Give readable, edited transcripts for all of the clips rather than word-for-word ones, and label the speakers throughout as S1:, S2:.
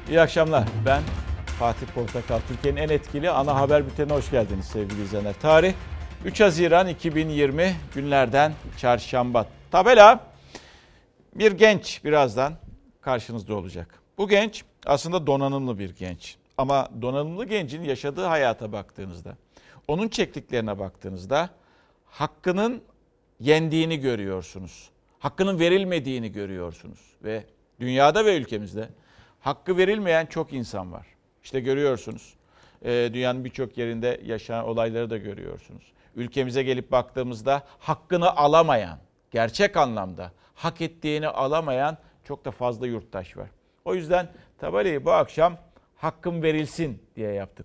S1: İyi akşamlar. Ben Fatih Portakal. Türkiye'nin en etkili ana haber bültenine hoş geldiniz sevgili izleyenler. Tarih 3 Haziran 2020 günlerden çarşamba. Tabela bir genç birazdan karşınızda olacak. Bu genç aslında donanımlı bir genç. Ama donanımlı gencin yaşadığı hayata baktığınızda, onun çektiklerine baktığınızda hakkının yendiğini görüyorsunuz. Hakkının verilmediğini görüyorsunuz. Ve dünyada ve ülkemizde hakkı verilmeyen çok insan var. İşte görüyorsunuz. Dünyanın birçok yerinde yaşanan olayları da görüyorsunuz. Ülkemize gelip baktığımızda hakkını alamayan, gerçek anlamda hak ettiğini alamayan çok da fazla yurttaş var. O yüzden tabelayı bu akşam hakkım verilsin diye yaptık.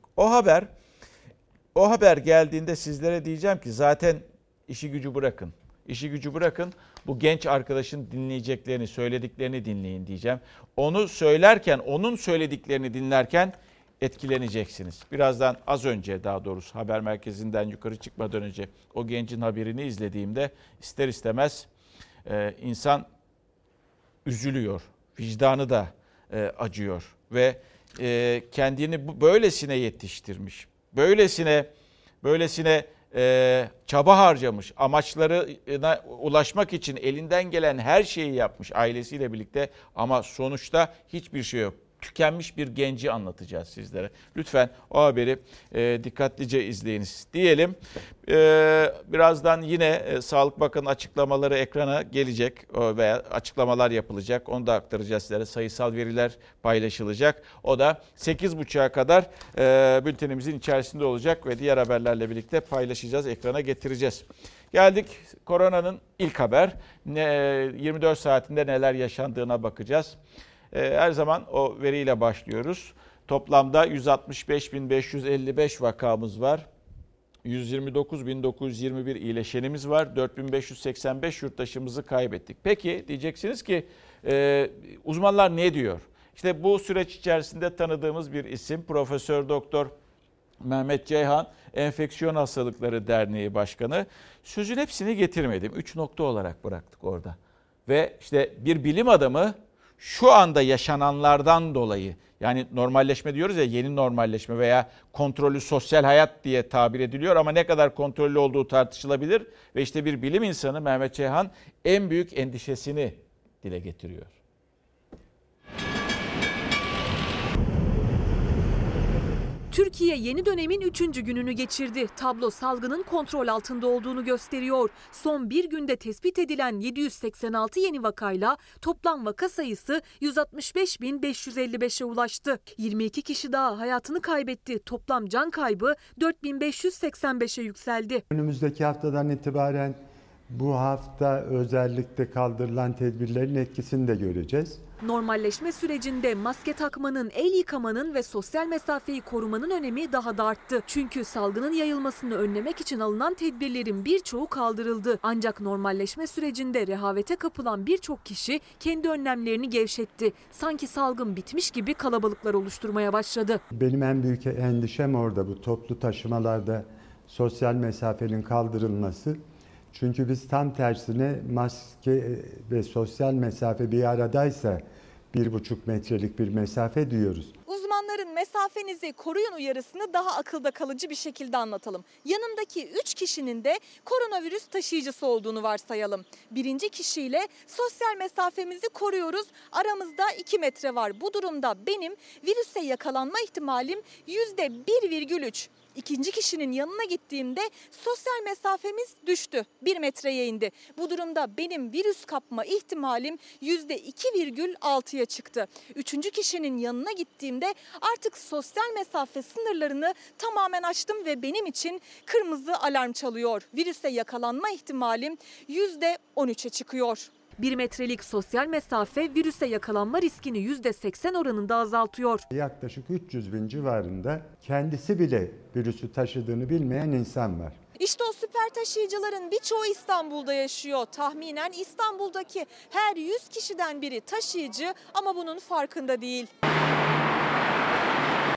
S1: O haber geldiğinde sizlere diyeceğim ki zaten işi gücü bırakın. İşi gücü bırakın. Bu genç arkadaşın dinleyeceklerini, söylediklerini dinleyin diyeceğim. Onu söylerken, onun söylediklerini dinlerken etkileneceksiniz. Birazdan az önce daha doğrusu haber merkezinden yukarı çıkmadan önce o gencin haberini izlediğimde ister istemez insan üzülüyor. Vicdanı da acıyor ve kendini böylesine yetiştirmiş. Böylesine çaba harcamış, amaçlarına ulaşmak için elinden gelen her şeyi yapmış ailesiyle birlikte ama sonuçta hiçbir şey yok. Tükenmiş bir genci anlatacağız sizlere. Lütfen o haberi dikkatlice izleyiniz diyelim. Birazdan yine Sağlık Bakanı açıklamaları ekrana gelecek veya açıklamalar yapılacak. Onu da aktaracağız sizlere. Sayısal veriler paylaşılacak. O da 8.30'a kadar bültenimizin içerisinde olacak ve diğer haberlerle birlikte paylaşacağız, ekrana getireceğiz. Geldik koronanın ilk haber. 24 saatinde neler yaşandığına bakacağız. Her zaman o veriyle başlıyoruz. Toplamda 165.555 vakamız var. 129.921 iyileşenimiz var. 4.585 yurttaşımızı kaybettik. Peki diyeceksiniz ki uzmanlar ne diyor? İşte bu süreç içerisinde tanıdığımız bir isim Profesör Doktor Mehmet Ceyhan, Enfeksiyon Hastalıkları Derneği Başkanı. Sözün hepsini getirmedim. 3 nokta olarak bıraktık orada. Ve işte bir bilim adamı şu anda yaşananlardan dolayı, yani normalleşme diyoruz ya, yeni normalleşme veya kontrollü sosyal hayat diye tabir ediliyor ama ne kadar kontrollü olduğu tartışılabilir. Ve işte bir bilim insanı Mehmet Ceyhan en büyük endişesini dile getiriyor.
S2: Türkiye yeni dönemin 3. gününü geçirdi. Tablo salgının kontrol altında olduğunu gösteriyor. Son bir günde tespit edilen 786 yeni vakayla toplam vaka sayısı 165.555'e ulaştı. 22 kişi daha hayatını kaybetti. Toplam can kaybı 4.585'e yükseldi.
S3: Önümüzdeki haftadan itibaren bu hafta özellikle kaldırılan tedbirlerin etkisini de göreceğiz.
S2: Normalleşme sürecinde maske takmanın, el yıkamanın ve sosyal mesafeyi korumanın önemi daha da arttı. Çünkü salgının yayılmasını önlemek için alınan tedbirlerin birçoğu kaldırıldı. Ancak normalleşme sürecinde rehavete kapılan birçok kişi kendi önlemlerini gevşetti. Sanki salgın bitmiş gibi kalabalıklar oluşturmaya başladı.
S3: Benim en büyük endişem orada, bu toplu taşımalarda sosyal mesafenin kaldırılması. Çünkü biz tam tersine maske ve sosyal mesafe bir aradaysa 1,5 metrelik bir mesafe diyoruz.
S2: Uzmanların mesafenizi koruyun uyarısını daha akılda kalıcı bir şekilde anlatalım. Yanındaki 3 kişinin de koronavirüs taşıyıcısı olduğunu varsayalım. Birinci kişiyle sosyal mesafemizi koruyoruz. Aramızda 2 metre var. Bu durumda benim virüse yakalanma ihtimalim %1,3. İkinci kişinin yanına gittiğimde sosyal mesafemiz düştü. 1 metreye indi. Bu durumda benim virüs kapma ihtimalim %2,6'ya çıktı. Üçüncü kişinin yanına gittiğimde artık sosyal mesafe sınırlarını tamamen aştım ve benim için kırmızı alarm çalıyor. Virüse yakalanma ihtimalim %13'e çıkıyor. 1 metrelik sosyal mesafe virüse yakalanma riskini %80 oranında azaltıyor.
S3: Yaklaşık 300 bin civarında kendisi bile virüsü taşıdığını bilmeyen insan var.
S2: İşte o süper taşıyıcıların birçoğu İstanbul'da yaşıyor. Tahminen İstanbul'daki her 100 kişiden biri taşıyıcı ama bunun farkında değil.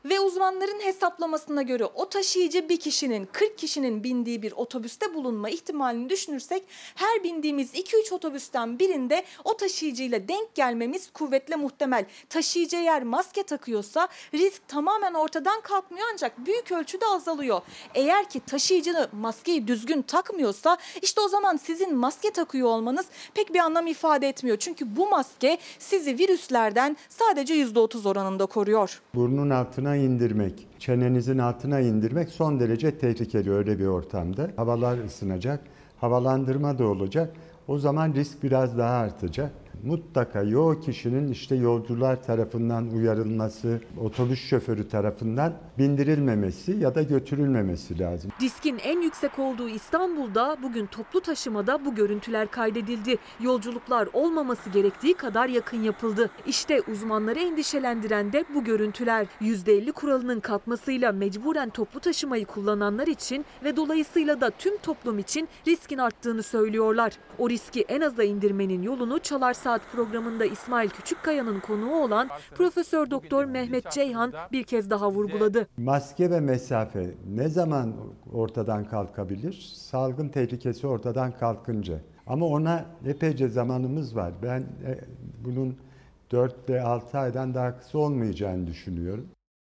S2: Ve uzmanların hesaplamasına göre o taşıyıcı bir kişinin 40 kişinin bindiği bir otobüste bulunma ihtimalini düşünürsek her bindiğimiz 2-3 otobüsten birinde o taşıyıcıyla denk gelmemiz kuvvetle muhtemel. Taşıyıcı eğer maske takıyorsa risk tamamen ortadan kalkmıyor ancak büyük ölçüde azalıyor. Eğer ki taşıyıcı maskeyi düzgün takmıyorsa işte o zaman sizin maske takıyor olmanız pek bir anlam ifade etmiyor. Çünkü bu maske sizi virüslerden sadece %30 oranında koruyor.
S3: Burnun altına indirmek, çenenizin altına indirmek son derece tehlikeli öyle bir ortamda. Havalar ısınacak, havalandırma da olacak. O zaman risk biraz daha artacak. Mutlaka o kişinin işte yolcular tarafından uyarılması, otobüs şoförü tarafından bindirilmemesi ya da götürülmemesi lazım.
S4: Riskin en yüksek olduğu İstanbul'da bugün toplu taşımada bu görüntüler kaydedildi. Yolculuklar olmaması gerektiği kadar yakın yapıldı. İşte uzmanları endişelendiren de bu görüntüler. %50 kuralının kalkmasıyla mecburen toplu taşımayı kullananlar için ve dolayısıyla da tüm toplum için riskin arttığını söylüyorlar. O riski en aza indirmenin yolunu Çalar Saat programında İsmail Küçükkaya'nın konuğu olan Profesör Doktor Mehmet Ceyhan bir kez daha vurguladı.
S3: Maske ve mesafe ne zaman ortadan kalkabilir? Salgın tehlikesi ortadan kalkınca. Ama ona epeyce zamanımız var. Ben bunun 4 ve 6 aydan daha kısa olmayacağını düşünüyorum.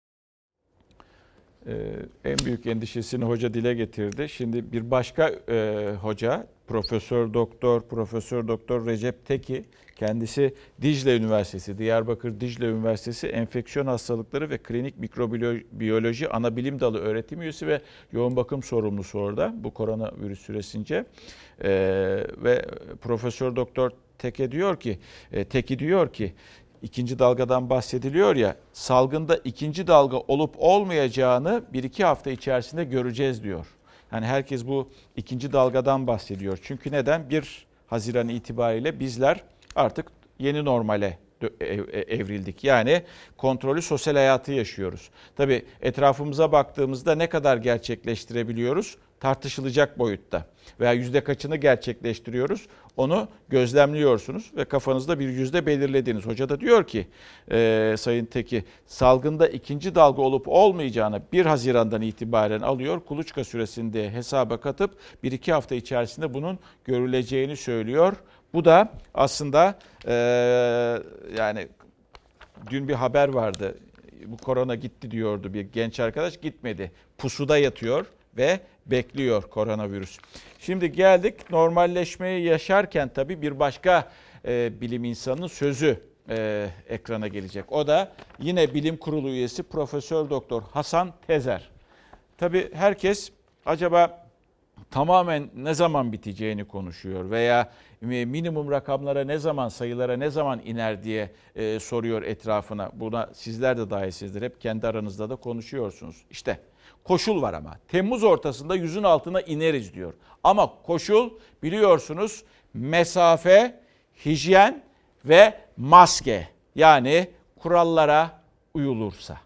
S1: En büyük endişesini hoca dile getirdi. Şimdi bir başka hoca Profesör Doktor Recep Teki, kendisi Dicle Üniversitesi, Diyarbakır Dicle Üniversitesi Enfeksiyon Hastalıkları ve Klinik Mikrobiyoloji Anabilim Dalı öğretim üyesi ve yoğun bakım sorumlusu orada bu koronavirüs süresince. Ve Profesör Doktor Teki diyor ki İkinci dalgadan bahsediliyor ya, salgında ikinci dalga olup olmayacağını 1-2 hafta içerisinde göreceğiz diyor. Yani herkes bu ikinci dalgadan bahsediyor. Çünkü neden? 1 Haziran itibariyle bizler artık yeni normale evrildik. Yani kontrollü sosyal hayatı yaşıyoruz. Tabii etrafımıza baktığımızda ne kadar gerçekleştirebiliyoruz? Tartışılacak boyutta. Veya yüzde kaçını gerçekleştiriyoruz? Onu gözlemliyorsunuz ve kafanızda bir yüzde belirlediniz. Hoca da diyor ki Sayın Teki, salgında ikinci dalga olup olmayacağını 1 Haziran'dan itibaren alıyor. Kuluçka süresinde hesaba katıp 1-2 hafta içerisinde bunun görüleceğini söylüyor. Bu da aslında yani dün bir haber vardı. Bu korona gitti diyordu bir genç arkadaş, gitmedi. Pusuda yatıyor ve bekliyor koronavirüs. Şimdi geldik normalleşmeyi yaşarken tabii bir başka bilim insanının sözü ekrana gelecek. O da yine bilim kurulu üyesi Profesör Doktor Hasan Tezer. Tabii herkes acaba tamamen ne zaman biteceğini konuşuyor veya minimum rakamlara ne zaman, sayılara ne zaman iner diye soruyor etrafına. Buna sizler de dahilsizdir. Hep kendi aranızda da konuşuyorsunuz. İşte koşul var ama. Temmuz ortasında 100'ün altına ineriz diyor. Ama koşul biliyorsunuz mesafe, hijyen ve maske. Yani kurallara uyulursa.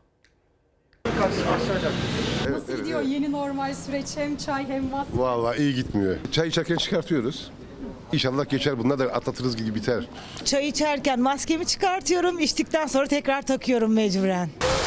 S5: Nasıl gidiyor yeni normal süreç, hem çay hem maske?
S6: Vallahi iyi gitmiyor. Çay içerken çıkartıyoruz. İnşallah geçer, bunlar da atlatırız gibi biter.
S7: Çay içerken maskemi çıkartıyorum, içtikten sonra tekrar takıyorum mecburen.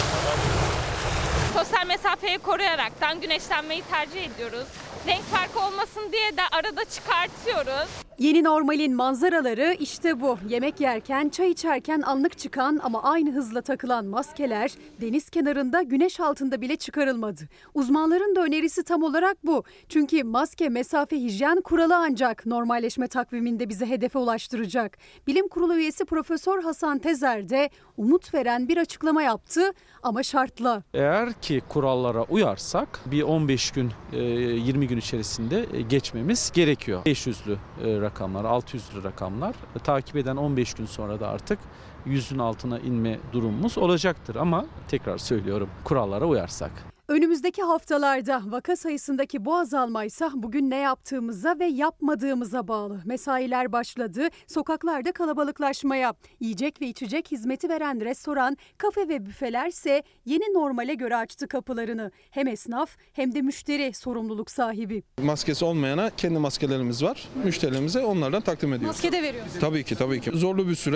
S8: Sosyal mesafeyi koruyaraktan güneşlenmeyi tercih ediyoruz. Renk farkı olmasın diye de arada çıkartıyoruz.
S5: Yeni normalin manzaraları işte bu. Yemek yerken, çay içerken anlık çıkan ama aynı hızla takılan maskeler deniz kenarında, güneş altında bile çıkarılmadı. Uzmanların da önerisi tam olarak bu. Çünkü maske, mesafe, hijyen kuralı ancak normalleşme takviminde bizi hedefe ulaştıracak. Bilim Kurulu üyesi Profesör Hasan Tezer de umut veren bir açıklama yaptı ama şartla.
S9: Eğer ki kurallara uyarsak bir 15 gün, 20 gün içerisinde geçmemiz gerekiyor. 500'lü rakamlar, 600'lü rakamlar. Takip eden 15 gün sonra da artık 100'ün altına inme durumumuz olacaktır. Ama tekrar söylüyorum, kurallara uyarsak.
S5: Önümüzdeki haftalarda vaka sayısındaki bu azalmaysa bugün ne yaptığımıza ve yapmadığımıza bağlı. Mesailer başladı, sokaklarda kalabalıklaşmaya. Yiyecek ve içecek hizmeti veren restoran, kafe ve büfelerse yeni normale göre açtı kapılarını. Hem esnaf hem de müşteri sorumluluk sahibi.
S10: Maskesi olmayana kendi maskelerimiz var. Müşterilerimize onlardan takdim ediyoruz.
S5: Maske de veriyorsunuz.
S10: Tabii ki. Zorlu bir süreç.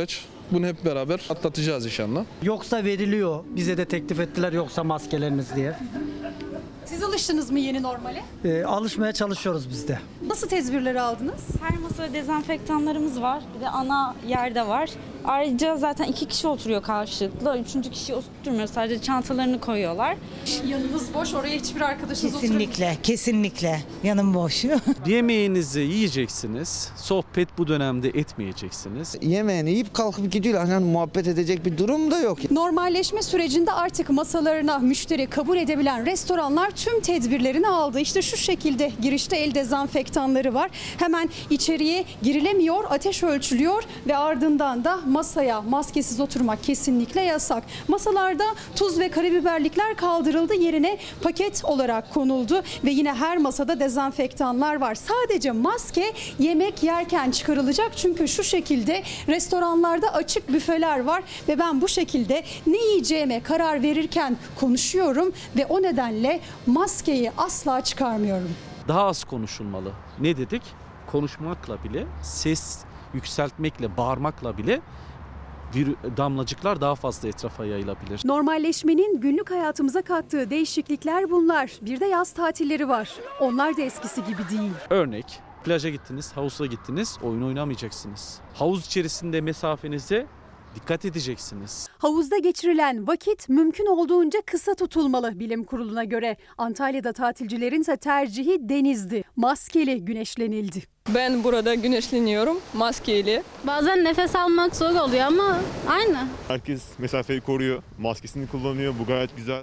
S10: Bunu hep beraber atlatacağız inşallah.
S11: Yoksa veriliyor. Bize de teklif ettiler yoksa maskeleriniz diye.
S5: Siz alıştınız mı yeni normale?
S11: Alışmaya çalışıyoruz biz de.
S5: Nasıl tedbirleri aldınız?
S12: Her masada dezenfektanlarımız var. Bir de ana yerde var. Ayrıca zaten 2 kişi oturuyor karşılıklı. 3. kişiyi oturtmuyor. Sadece çantalarını koyuyorlar.
S5: Yanınız boş, oraya hiçbir arkadaşınız oturmuyor.
S7: Kesinlikle. Yanım boş.
S9: Yemeğinizi yiyeceksiniz. Sohbet bu dönemde etmeyeceksiniz.
S13: Yemeğini yiyip kalkıp gidiyorlar. Yani muhabbet edecek bir durum da yok.
S5: Normalleşme sürecinde artık masalarına müşteri kabul edebilen restoranlar tüm tedbirlerini aldı. İşte şu şekilde girişte el dezenfektanları var. Hemen içeriye girilemiyor, ateş ölçülüyor ve ardından da masaya maskesiz oturmak kesinlikle yasak. Masalarda tuz ve karabiberlikler kaldırıldı, yerine paket olarak konuldu ve yine her masada dezenfektanlar var. Sadece maske yemek yerken çıkarılacak çünkü şu şekilde restoranlarda açık büfeler var ve ben bu şekilde ne yiyeceğime karar verirken konuşuyorum ve o nedenle maskeyi asla çıkarmıyorum.
S9: Daha az konuşulmalı. Ne dedik? Konuşmakla bile, ses yükseltmekle, bağırmakla bile damlacıklar daha fazla etrafa yayılabilir.
S5: Normalleşmenin günlük hayatımıza kattığı değişiklikler bunlar. Bir de yaz tatilleri var. Onlar da eskisi gibi değil.
S9: Örnek, plaja gittiniz, havuza gittiniz, oyun oynamayacaksınız. Havuz içerisinde mesafenize dikkat edeceksiniz.
S5: Havuzda geçirilen vakit mümkün olduğunca kısa tutulmalı bilim kuruluna göre. Antalya'da tatilcilerin ise tercihi denizdi. Maskeli güneşlenildi.
S14: Ben burada güneşleniyorum maskeyle.
S15: Bazen nefes almak zor oluyor ama aynı.
S16: Herkes mesafeyi koruyor, maskesini kullanıyor. Bu gayet güzel.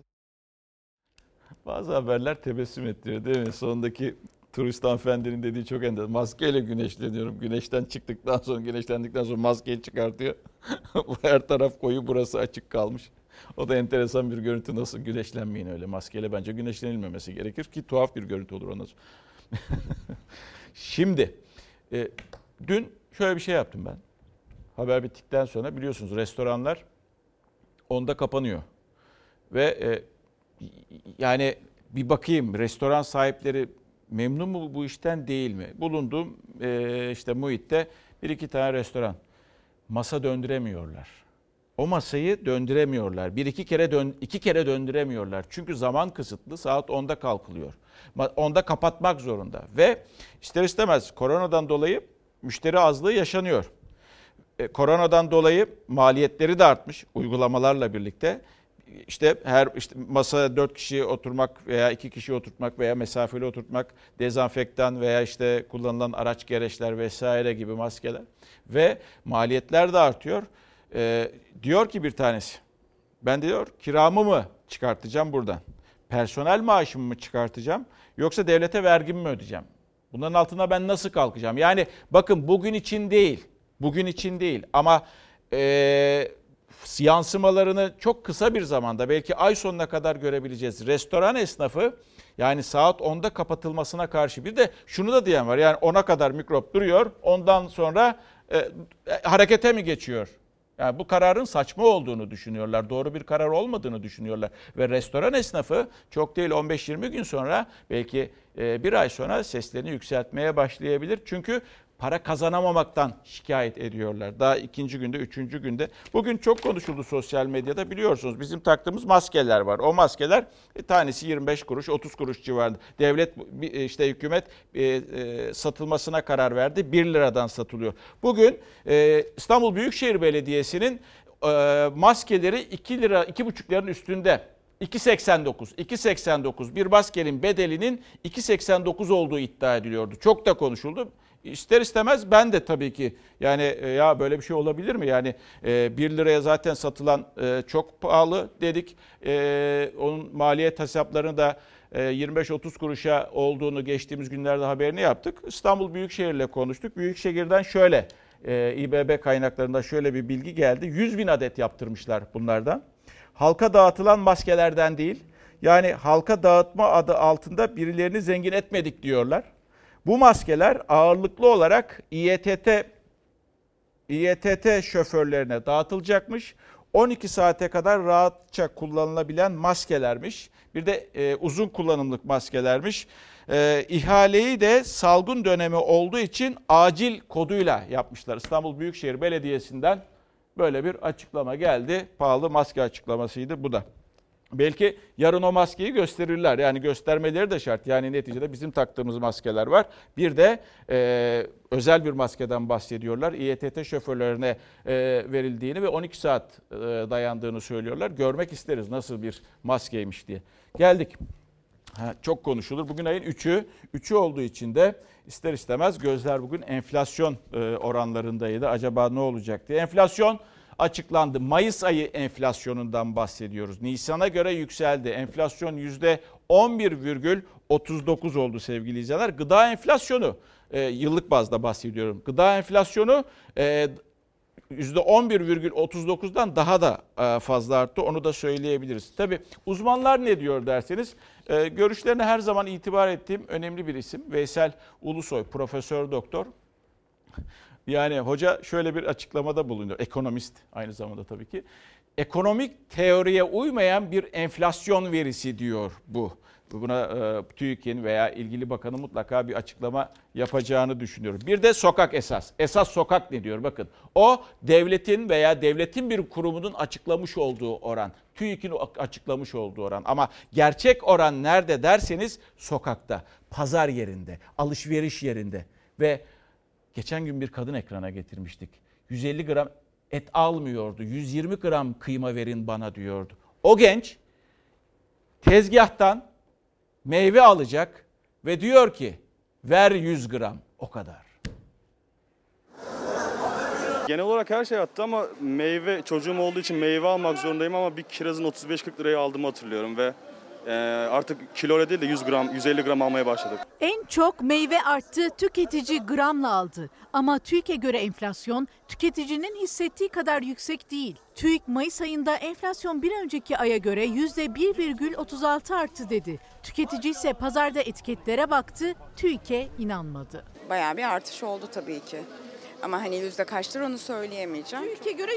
S1: Bazı haberler tebessüm ettiriyor değil mi? Sondaki turist hanımefendinin dediği çok enteresan. Maskeyle güneşleniyorum. Güneşten çıktıktan sonra, güneşlendikten sonra maskeyi çıkartıyor. Her taraf koyu, burası açık kalmış. O da enteresan bir görüntü. Nasıl güneşlenmeyin öyle. Maskeyle bence güneşlenilmemesi gerekir ki tuhaf bir görüntü olur ondan sonra. Şimdi dün şöyle bir şey yaptım ben. Haber bittikten sonra biliyorsunuz restoranlar 10'da kapanıyor. Ve yani bir bakayım restoran sahipleri memnun mu bu işten değil mi? Bulunduğum işte muhitte 1-2 tane restoran masa döndüremiyorlar. O masayı döndüremiyorlar. 2 kere döndüremiyorlar. Çünkü zaman kısıtlı, saat 10'da kalkılıyor. 10'da kapatmak zorunda ve ister istemez koronadan dolayı müşteri azlığı yaşanıyor. Koronadan dolayı maliyetleri de artmış uygulamalarla birlikte. İşte masaya 4 kişi oturmak veya 2 kişi oturtmak veya mesafeli oturtmak, dezenfektan veya işte kullanılan araç gereçler vesaire gibi maskeler ve maliyetler de artıyor. Diyor ki bir tanesi, ben diyor kiramı mı çıkartacağım buradan? Personel maaşımı mı çıkartacağım? Yoksa devlete vergimi mi ödeyeceğim? Bunların altına ben nasıl kalkacağım? Yani bakın bugün için değil ama yansımalarını çok kısa bir zamanda belki ay sonuna kadar görebileceğiz. Restoran esnafı yani saat 10'da kapatılmasına karşı bir de şunu da diyen var. Yani 10'a kadar mikrop duruyor, ondan sonra harekete mi geçiyor? Yani bu kararın saçma olduğunu düşünüyorlar. Doğru bir karar olmadığını düşünüyorlar. Ve restoran esnafı çok değil 15-20 gün sonra belki bir ay sonra seslerini yükseltmeye başlayabilir. Çünkü para kazanamamaktan şikayet ediyorlar. Daha 2. günde, 3. günde. Bugün çok konuşuldu sosyal medyada biliyorsunuz. Bizim taktığımız maskeler var. O maskeler tanesi 25 kuruş, 30 kuruş civarında. Devlet işte hükümet satılmasına karar verdi. 1 liradan satılıyor. Bugün İstanbul Büyükşehir Belediyesi'nin maskeleri 2 lira, 2,5 liranın üstünde. 2,89 bir maskenin bedelinin 2,89 olduğu iddia ediliyordu. Çok da konuşuldu. İster istemez ben de tabii ki yani ya böyle bir şey olabilir mi? Yani 1 liraya zaten satılan çok pahalı dedik. Onun maliyet hesaplarını da 25-30 kuruşa olduğunu geçtiğimiz günlerde haberini yaptık. İstanbul Büyükşehir'le konuştuk. Büyükşehir'den şöyle İBB kaynaklarında şöyle bir bilgi geldi. 100.000 adet yaptırmışlar bunlardan. Halka dağıtılan maskelerden değil. Yani halka dağıtma adı altında birilerini zengin etmedik diyorlar. Bu maskeler ağırlıklı olarak İETT şoförlerine dağıtılacakmış. 12 saate kadar rahatça kullanılabilen maskelermiş. Bir de uzun kullanımlık maskelermiş. İhaleyi de salgın dönemi olduğu için acil koduyla yapmışlar. İstanbul Büyükşehir Belediyesi'nden Böyle bir açıklama geldi. Pahalı maske açıklamasıydı bu da. Belki yarın o maskeyi gösterirler. Yani göstermeleri de şart. Yani neticede bizim taktığımız maskeler var. Bir de özel bir maskeden bahsediyorlar. İETT şoförlerine verildiğini ve 12 saat dayandığını söylüyorlar. Görmek isteriz nasıl bir maskeymiş diye. Geldik. Çok konuşulur. Bugün ayın 3'ü olduğu için de ister istemez gözler bugün enflasyon oranlarındaydı. Acaba ne olacak diye. Enflasyon açıklandı. Mayıs ayı enflasyonundan bahsediyoruz. Nisan'a göre yükseldi. Enflasyon %11,39 oldu sevgili izleyenler. Gıda enflasyonu, yıllık bazda bahsediyorum. Gıda enflasyonu %11,39'dan daha da fazla arttı. Onu da söyleyebiliriz. Tabii uzmanlar ne diyor derseniz, görüşlerine her zaman itibar ettiğim önemli bir isim. Veysel Ulusoy, profesör doktor. Yani hoca şöyle bir açıklamada bulunuyor. Ekonomist aynı zamanda tabii ki. Ekonomik teoriye uymayan bir enflasyon verisi diyor bu. Buna TÜİK'in veya ilgili bakanı mutlaka bir açıklama yapacağını düşünüyorum. Bir de sokak esas. Esas sokak ne diyor? Bakın o devletin veya devletin bir kurumunun açıklamış olduğu oran. TÜİK'in açıklamış olduğu oran. Ama gerçek oran nerede derseniz sokakta, pazar yerinde, alışveriş yerinde. Ve geçen gün bir kadın ekrana getirmiştik. 150 gram et almıyordu. 120 gram kıyma verin bana diyordu. O genç tezgahtan meyve alacak ve diyor ki ver 100 gram, o kadar.
S17: Genel olarak her şey arttı ama meyve, çocuğum olduğu için meyve almak zorundayım ama bir kirazın 35-40 liraya aldığımı hatırlıyorum ve artık kiloyla değil de 100 gram, 150 gram almaya başladık.
S18: En çok meyve arttı, tüketici gramla aldı. Ama TÜİK'e göre enflasyon tüketicinin hissettiği kadar yüksek değil. TÜİK Mayıs ayında enflasyon bir önceki aya göre %1,36 arttı dedi. Tüketici ise pazarda etiketlere baktı, TÜİK'e inanmadı.
S19: Bayağı bir artış oldu tabii ki. Ama hani yüzde kaçtır onu söyleyemeyeceğim.
S18: TÜİK'e göre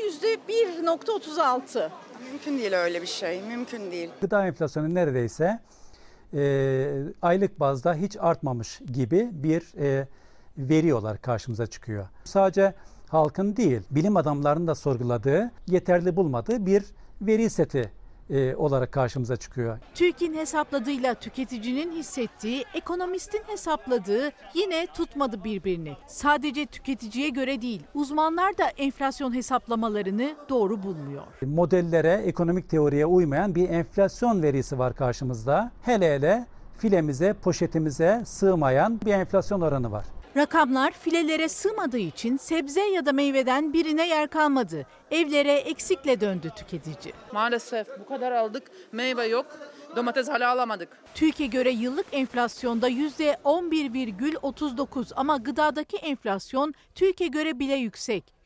S18: %1,36.
S19: Mümkün değil öyle bir şey, mümkün değil.
S20: Gıda enflasyonu neredeyse aylık bazda hiç artmamış gibi bir veri olarak karşımıza çıkıyor. Sadece halkın değil, bilim adamlarının da sorguladığı, yeterli bulmadığı bir veri seti olarak karşımıza çıkıyor.
S18: TÜİK'in hesapladığıyla tüketicinin hissettiği, ekonomistin hesapladığı yine tutmadı birbirini. Sadece tüketiciye göre değil, uzmanlar da enflasyon hesaplamalarını doğru bulmuyor.
S20: Modellere, ekonomik teoriye uymayan bir enflasyon verisi var karşımızda. Hele hele filemize, poşetimize sığmayan bir enflasyon oranı var.
S18: Rakamlar filelere sığmadığı için sebze ya da meyveden birine yer kalmadı. Evlere eksikle döndü tüketici.
S21: Maalesef bu kadar aldık, meyve yok, domates hala alamadık.
S18: TÜİK'e göre yıllık enflasyonda %11,39 ama gıdadaki enflasyon TÜİK'e göre bile yüksek.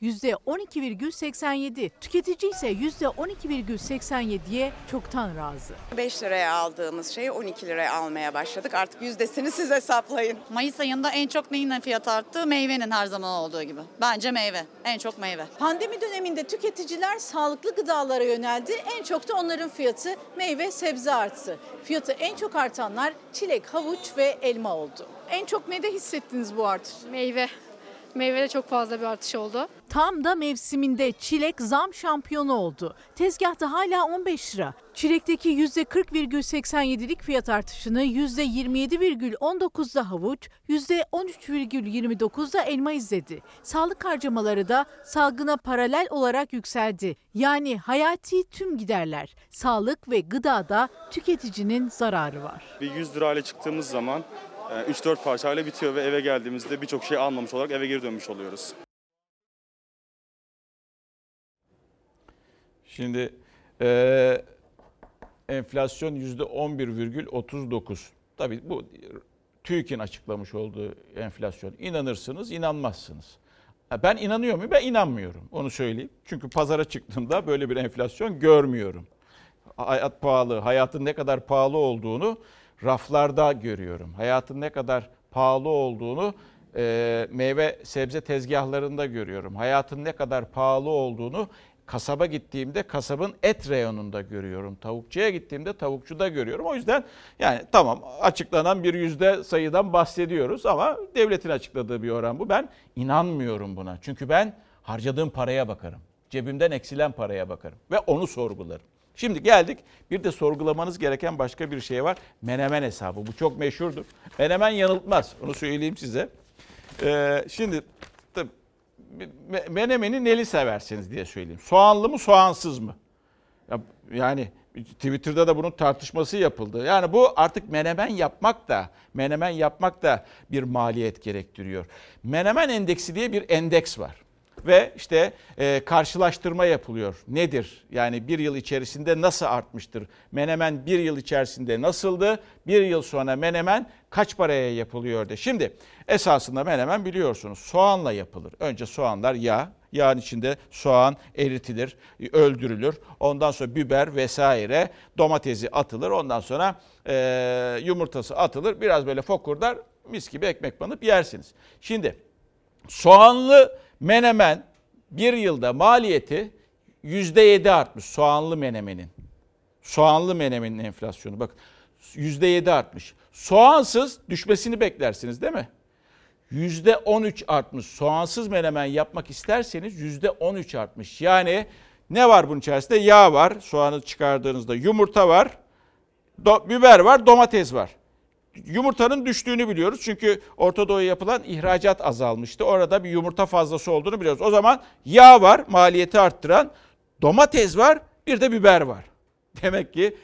S18: %12,87. Tüketici ise %12,87'ye çoktan razı.
S19: 5 liraya aldığımız şeyi 12 liraya almaya başladık. Artık yüzdesini siz hesaplayın.
S22: Mayıs ayında en çok neyin fiyatı arttı? Meyvenin her zaman olduğu gibi. Bence meyve. En çok meyve.
S23: Pandemi döneminde tüketiciler sağlıklı gıdalara yöneldi. En çok da onların fiyatı meyve sebze arttı. Fiyatı en çok artanlar çilek, havuç ve elma oldu. En çok ne de hissettiniz bu artış?
S24: Meyve. Meyvede çok fazla bir artış oldu.
S18: Tam da mevsiminde çilek zam şampiyonu oldu. Tezgahta hala 15 lira. Çilekteki %40,87'lik fiyat artışını %27,19'da havuç, %13,29'da elma izledi. Sağlık harcamaları da salgına paralel olarak yükseldi. Yani hayati tüm giderler, sağlık ve gıdada tüketicinin zararı var.
S17: Bir 100 lirayla çıktığımız zaman 3-4 parçayla bitiyor ve eve geldiğimizde birçok şey almamış olarak eve geri dönmüş oluyoruz.
S1: Şimdi enflasyon %11,39. Tabii bu TÜİK'in açıklamış olduğu enflasyon. İnanırsınız, inanmazsınız. Ben inanıyor muyum? Ben inanmıyorum. Onu söyleyeyim. Çünkü pazara çıktığımda böyle bir enflasyon görmüyorum. Hayat pahalı, hayatın ne kadar pahalı olduğunu raflarda görüyorum. Hayatın ne kadar pahalı olduğunu meyve sebze tezgahlarında görüyorum. Hayatın ne kadar pahalı olduğunu kasaba gittiğimde kasabın et reyonunda görüyorum. Tavukçuya gittiğimde tavukçuda görüyorum. O yüzden yani tamam açıklanan bir yüzde sayıdan bahsediyoruz ama devletin açıkladığı bir oran bu. Ben inanmıyorum buna. Çünkü ben harcadığım paraya bakarım. Cebimden eksilen paraya bakarım ve onu sorgularım. Şimdi geldik, bir de sorgulamanız gereken başka bir şey var. Menemen hesabı. Bu çok meşhurdur. Menemen yanıltmaz. Onu söyleyeyim size. Şimdi tabii, menemeni neli seversiniz diye söyleyeyim. Soğanlı mı, soğansız mı? Yani Twitter'da da bunun tartışması yapıldı. Yani bu artık menemen yapmak da bir maliyet gerektiriyor. Menemen endeksi diye bir endeks var. Ve işte karşılaştırma yapılıyor. Nedir? Yani bir yıl içerisinde nasıl artmıştır? Menemen bir yıl içerisinde nasıldı? Bir yıl sonra menemen kaç paraya yapılıyor de. Şimdi esasında menemen biliyorsunuz soğanla yapılır. Önce soğanlar yağın içinde soğan eritilir, öldürülür. Ondan sonra biber vesaire, domatesi atılır. Ondan sonra yumurtası atılır. Biraz böyle fokurdar, mis gibi ekmek banıp yersiniz. Şimdi soğanlı menemen bir yılda maliyeti %7 artmış soğanlı menemenin. Soğanlı menemenin enflasyonu bak %7 artmış. Soğansız düşmesini beklersiniz değil mi? %13 artmış. Soğansız menemen yapmak isterseniz %13 artmış. Yani ne var bunun içerisinde? Yağ var. Soğanı çıkardığınızda yumurta var. Biber var, domates var. Yumurtanın düştüğünü biliyoruz. Çünkü Orta Doğu'ya yapılan ihracat azalmıştı. Orada bir yumurta fazlası olduğunu biliyoruz. O zaman yağ var, maliyeti arttıran. Domates var, bir de biber var. Demek ki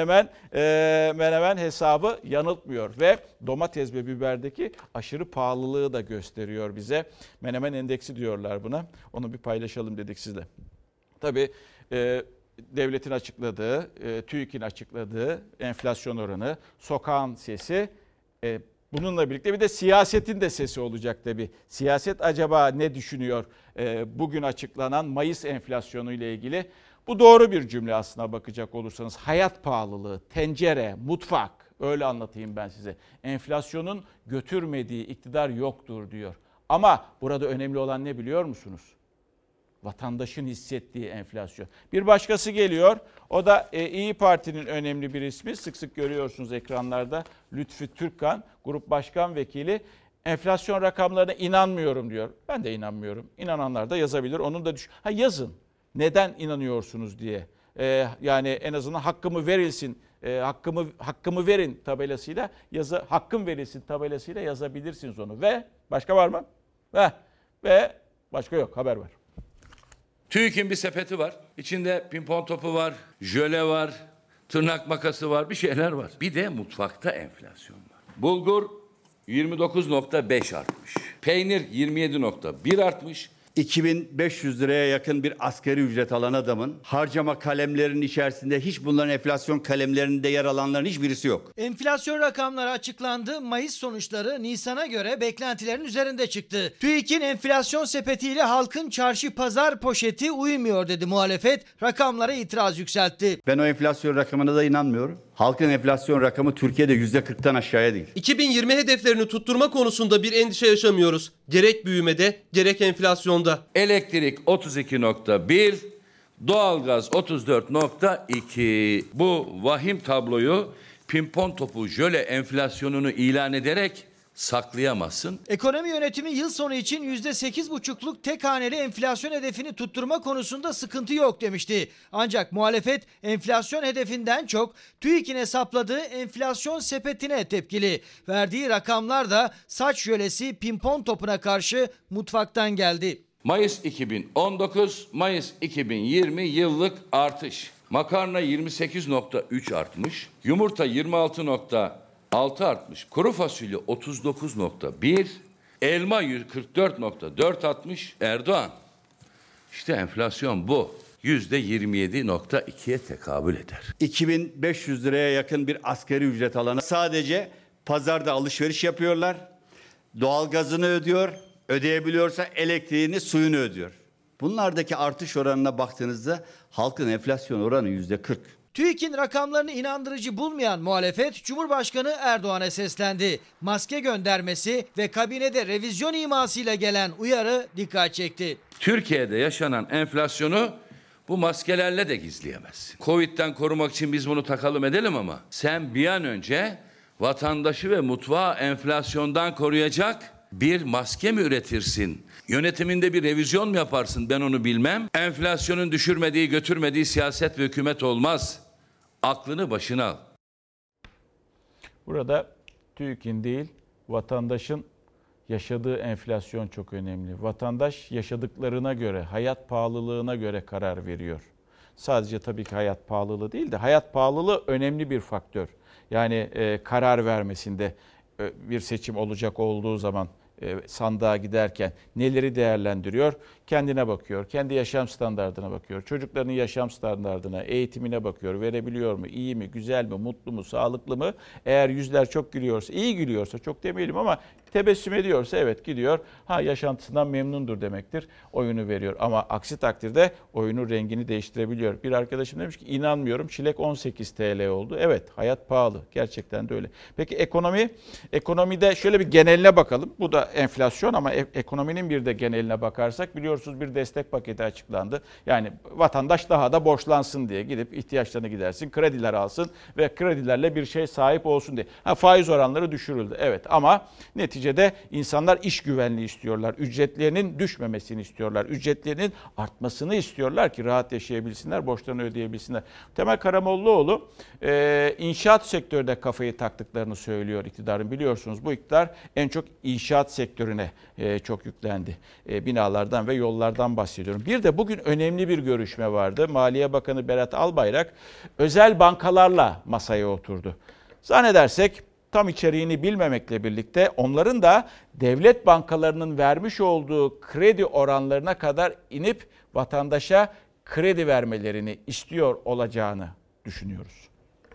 S1: menemen hesabı yanıltmıyor ve domates ve biberdeki aşırı pahalılığı da gösteriyor bize. Menemen endeksi diyorlar buna. Onu bir paylaşalım dedik sizle. Tabii devletin açıkladığı, TÜİK'in açıkladığı enflasyon oranı, sokağın sesi, bununla birlikte bir de siyasetin de sesi olacak tabii. Siyaset acaba ne düşünüyor bugün açıklanan Mayıs enflasyonu ile ilgili? Bu doğru bir cümle aslına bakacak olursanız. Hayat pahalılığı, tencere, mutfak, öyle anlatayım ben size. Enflasyonun götürmediği iktidar yoktur diyor. Ama burada önemli olan ne biliyor musunuz? Vatandaşın hissettiği enflasyon. Bir başkası geliyor. O da İYİ Parti'nin önemli bir ismi. Sık sık görüyorsunuz ekranlarda. Lütfü Türkkan, Grup Başkan Vekili. Enflasyon rakamlarına inanmıyorum diyor. Ben de inanmıyorum. İnananlar da yazabilir. Onun da yazın. Neden inanıyorsunuz diye. Yani en azından hakkımı verilsin, hakkımı verin tabelasıyla hakkım verilsin tabelasıyla yazabilirsiniz onu. Ve başka var mı? Ve başka yok, haber var.
S2: TÜİK'in bir sepeti var. İçinde pimpon topu var, jöle var, tırnak makası var, bir şeyler var. Bir de mutfakta enflasyon var. Bulgur 29.5 artmış. Peynir 27.1 artmış.
S3: 2500 liraya yakın bir asgari ücret alan adamın harcama kalemlerinin içerisinde hiç bunların enflasyon kalemlerinde yer alanların hiçbirisi yok.
S4: Enflasyon rakamları açıklandı. Mayıs sonuçları Nisan'a göre beklentilerin üzerinde çıktı. TÜİK'in enflasyon sepetiyle halkın çarşı pazar poşeti uymuyor dedi muhalefet. Rakamlara itiraz yükseltti.
S3: Ben o enflasyon rakamına da inanmıyorum. Halkın enflasyon rakamı Türkiye'de %40'tan aşağıya değil.
S6: 2020 hedeflerini tutturma konusunda bir endişe yaşamıyoruz. Gerek büyümede gerek enflasyonda.
S2: Elektrik 32.1, doğalgaz 34.2. Bu vahim tabloyu pimpon topu jöle enflasyonunu ilan ederek saklayamazsın.
S4: Ekonomi yönetimi yıl sonu için %8,5'luk tek haneli enflasyon hedefini tutturma konusunda sıkıntı yok demişti. Ancak muhalefet enflasyon hedefinden çok TÜİK'in hesapladığı enflasyon sepetine tepkili. Verdiği rakamlar da saç jölesi pimpon topuna karşı mutfaktan geldi.
S2: Mayıs 2019, Mayıs 2020 yıllık artış. Makarna 28.3 artmış, yumurta 26.6 artmış, kuru fasulye 39.1, elma 144.4 artmış. Erdoğan, işte enflasyon bu. %27.2'ye tekabül eder.
S3: 2500 liraya yakın bir asgari ücret alanı sadece pazarda alışveriş yapıyorlar. Doğalgazını ödüyor, ödeyebiliyorsa elektriğini, suyunu ödüyor. Bunlardaki artış oranına baktığınızda halkın enflasyon oranı %40.
S4: TÜİK'in rakamlarını inandırıcı bulmayan muhalefet Cumhurbaşkanı Erdoğan'a seslendi. Maske göndermesi ve kabinede revizyon imasıyla gelen uyarı dikkat çekti.
S2: Türkiye'de yaşanan enflasyonu bu maskelerle de gizleyemezsin. Covid'den korumak için biz bunu takalım edelim ama sen bir an önce vatandaşı ve mutfağı enflasyondan koruyacak bir maske mi üretirsin? Yönetiminde bir revizyon mu yaparsın? Ben onu bilmem. Enflasyonun düşürmediği, götürmediği siyaset ve hükümet olmaz. Aklını başına al.
S1: Burada TÜİK'in değil, vatandaşın yaşadığı enflasyon çok önemli. Vatandaş yaşadıklarına göre, hayat pahalılığına göre karar veriyor. Sadece tabii ki hayat pahalılığı değil de hayat pahalılığı önemli bir faktör. Yani karar vermesinde bir seçim olacak olduğu zaman sandığa giderken neleri değerlendiriyor? Kendine bakıyor, kendi yaşam standardına bakıyor, çocuklarının yaşam standardına, eğitimine bakıyor. Verebiliyor mu, iyi mi, güzel mi, mutlu mu, sağlıklı mı? Eğer yüzler çok gülüyorsa, iyi gülüyorsa, çok demeyelim ama tebessüm ediyorsa evet gidiyor. Yaşantısından memnundur demektir. Oyunu veriyor ama aksi takdirde oyunun rengini değiştirebiliyor. Bir arkadaşım demiş ki inanmıyorum çilek 18 TL oldu. Evet, hayat pahalı. Gerçekten de öyle. Peki ekonomide şöyle bir geneline bakalım. Bu da enflasyon ama ekonominin bir de geneline bakarsak biliyorsunuz bir destek paketi açıklandı. Yani vatandaş daha da borçlansın diye gidip ihtiyaçlarını gidersin, krediler alsın ve kredilerle bir şey sahip olsun diye. Faiz oranları düşürüldü. Evet ama neticede insanlar iş güvenliği istiyorlar. Ücretlerinin düşmemesini istiyorlar. Ücretlerinin artmasını istiyorlar ki rahat yaşayabilsinler, borçlarını ödeyebilsinler. Temel Karamollaoğlu inşaat sektöründe kafayı taktıklarını söylüyor iktidarın. Biliyorsunuz bu iktidar en çok inşaat sektörüne çok yüklendi. Binalardan ve yollardan bahsediyorum. Bir de bugün önemli bir görüşme vardı. Maliye Bakanı Berat Albayrak özel bankalarla masaya oturdu. Zannedersek tam içeriğini bilmemekle birlikte onların da devlet bankalarının vermiş olduğu kredi oranlarına kadar inip vatandaşa kredi vermelerini istiyor olacağını düşünüyoruz.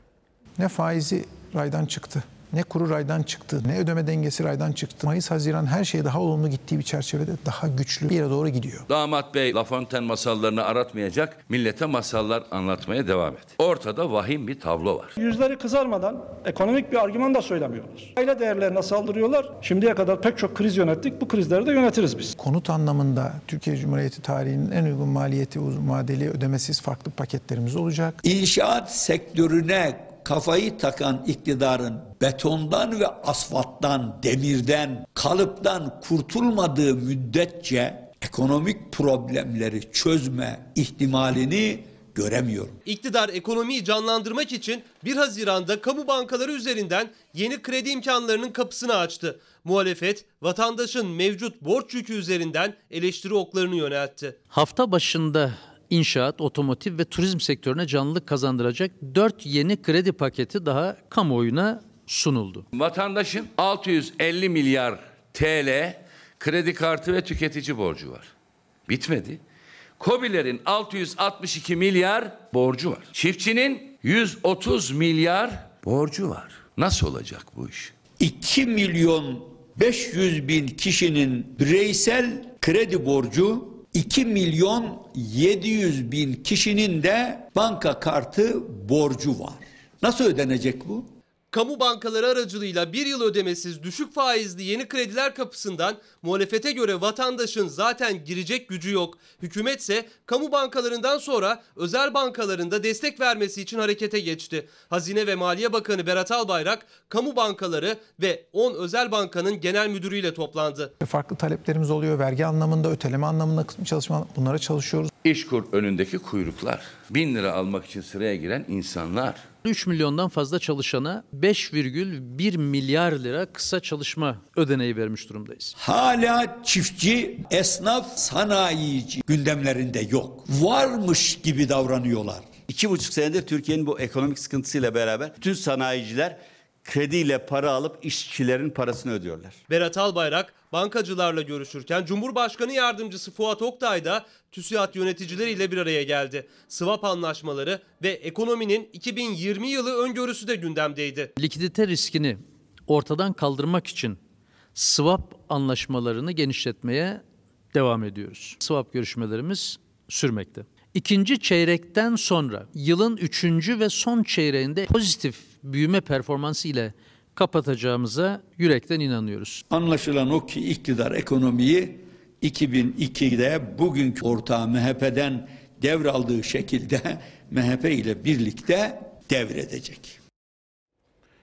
S8: Ne faizi raydan çıktı, ne kuru raydan çıktı, ne ödeme dengesi raydan çıktı. Mayıs, Haziran her şey daha olumlu gittiği bir çerçevede daha güçlü bir yere doğru gidiyor.
S2: Damat Bey La Fontaine masallarını aratmayacak, millete masallar anlatmaya devam et. Ortada vahim bir tablo var.
S10: Yüzleri kızarmadan ekonomik bir argüman da söylemiyorlar. Aile değerlerine saldırıyorlar. Şimdiye kadar pek çok kriz yönettik, bu krizleri de yönetiriz biz.
S8: Konut anlamında Türkiye Cumhuriyeti tarihinin en uygun maliyeti uzun vadeli ödemesiz farklı paketlerimiz olacak.
S11: İnşaat sektörüne kafayı takan iktidarın betondan ve asfalttan, demirden, kalıptan kurtulmadığı müddetçe ekonomik problemleri çözme ihtimalini göremiyorum.
S6: İktidar ekonomiyi canlandırmak için 1 Haziran'da kamu bankaları üzerinden yeni kredi imkanlarının kapısını açtı. Muhalefet vatandaşın mevcut borç yükü üzerinden eleştiri oklarını yöneltti.
S12: Hafta başında İnşaat, otomotiv ve turizm sektörüne canlılık kazandıracak 4 yeni kredi paketi daha kamuoyuna sunuldu.
S2: Vatandaşın 650 milyar TL kredi kartı ve tüketici borcu var. Bitmedi. KOBİ'lerin 662 milyar borcu var. Çiftçinin 130 milyar borcu var. Nasıl olacak bu iş?
S11: 2.500.000 kişinin bireysel kredi borcu, 2.700.000 kişinin de banka kartı borcu var. Nasıl ödenecek bu?
S6: Kamu bankaları aracılığıyla 1 yıl ödemesiz düşük faizli yeni krediler kapısından muhalefete göre vatandaşın zaten girecek gücü yok. Hükümetse kamu bankalarından sonra özel bankalarında destek vermesi için harekete geçti. Hazine ve Maliye Bakanı Berat Albayrak kamu bankaları ve 10 özel bankanın genel müdürüyle toplandı.
S8: Farklı taleplerimiz oluyor. Vergi anlamında, öteleme anlamında kısmı çalışma, bunlara çalışıyoruz.
S2: İşkur önündeki kuyruklar. 1000 lira almak için sıraya giren insanlar.
S12: 3 milyondan fazla çalışana 5,1 milyar lira kısa çalışma ödeneği vermiş durumdayız.
S11: Hala çiftçi, esnaf, sanayici gündemlerinde yok. Varmış gibi davranıyorlar.
S3: 2,5 senedir Türkiye'nin bu ekonomik sıkıntısıyla beraber bütün sanayiciler krediyle para alıp işçilerin parasını ödüyorlar.
S6: Berat Albayrak bankacılarla görüşürken Cumhurbaşkanı Yardımcısı Fuat Oktay da TÜSİAD yöneticileriyle bir araya geldi. Swap anlaşmaları ve ekonominin 2020 yılı öngörüsü de gündemdeydi.
S12: Likidite riskini ortadan kaldırmak için swap anlaşmalarını genişletmeye devam ediyoruz. Swap görüşmelerimiz sürmekte. İkinci çeyrekten sonra yılın 3. ve son çeyreğinde pozitif büyüme performansı ile kapatacağımıza yürekten inanıyoruz.
S11: Anlaşılan o ki iktidar ekonomiyi 2002'de bugünkü ortağı MHP'den devraldığı şekilde MHP ile birlikte devredecek.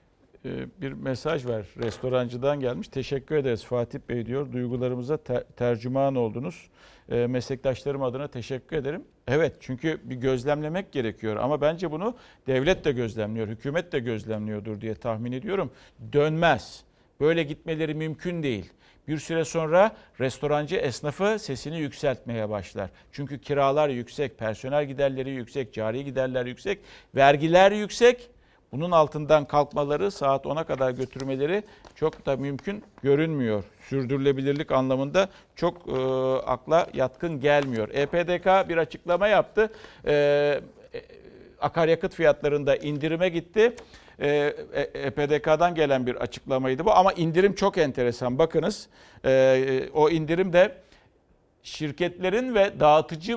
S1: bir mesaj var. Restorancıdan gelmiş. Teşekkür ederiz Fatih Bey diyor. Duygularımıza tercüman oldunuz. Meslektaşlarım adına teşekkür ederim. Evet, çünkü bir gözlemlemek gerekiyor. Ama bence bunu devlet de gözlemliyor, hükümet de gözlemliyordur diye tahmin ediyorum. Dönmez. Böyle gitmeleri mümkün değil. Bir süre sonra restorancı esnafı sesini yükseltmeye başlar. Çünkü kiralar yüksek, personel giderleri yüksek, cari giderler yüksek, vergiler yüksek. Bunun altından kalkmaları, saat 10'a kadar götürmeleri çok da mümkün görünmüyor. Sürdürülebilirlik anlamında çok akla yatkın gelmiyor. EPDK bir açıklama yaptı. Akaryakıt fiyatlarında indirime gitti. EPDK'dan gelen bir açıklamaydı bu ama indirim çok enteresan. Bakınız o indirim de şirketlerin ve dağıtıcı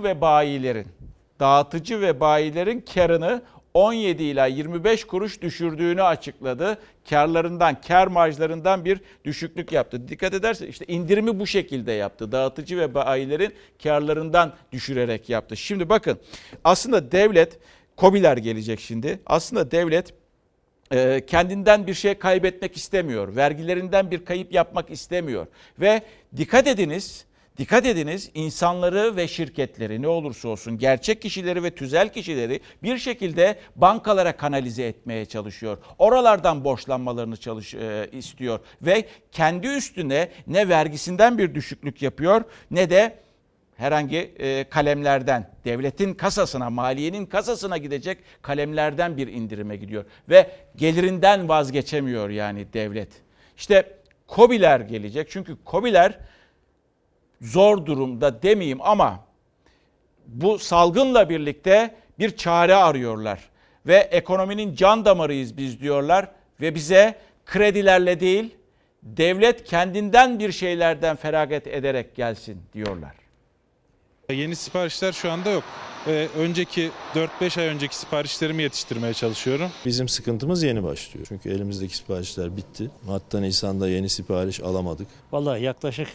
S1: ve bayilerin karını 17 ila 25 kuruş düşürdüğünü açıkladı. Kar marjlarından bir düşüklük yaptı. Dikkat ederseniz işte indirimi bu şekilde yaptı. Dağıtıcı ve bayilerin karlarından düşürerek yaptı. Şimdi bakın aslında devlet, KOBİ'ler gelecek şimdi. Aslında devlet kendinden bir şey kaybetmek istemiyor. Vergilerinden bir kayıp yapmak istemiyor. Ve dikkat ediniz insanları ve şirketleri ne olursa olsun gerçek kişileri ve tüzel kişileri bir şekilde bankalara kanalize etmeye çalışıyor. Oralardan borçlanmalarını istiyor ve kendi üstüne ne vergisinden bir düşüklük yapıyor ne de herhangi kalemlerden, devletin kasasına, maliyenin kasasına gidecek kalemlerden bir indirime gidiyor. Ve gelirinden vazgeçemiyor yani devlet. İşte KOBİ'ler gelecek çünkü KOBİ'ler zor durumda demeyeyim ama bu salgınla birlikte bir çare arıyorlar. Ve ekonominin can damarıyız biz diyorlar ve bize kredilerle değil devlet kendinden bir şeylerden feragat ederek gelsin diyorlar.
S5: Yeni siparişler şu anda yok. Önceki 4-5 ay önceki siparişlerimi yetiştirmeye çalışıyorum.
S7: Bizim sıkıntımız yeni başlıyor. Çünkü elimizdeki siparişler bitti. Hatta Nisan'da yeni sipariş alamadık.
S9: Vallahi yaklaşık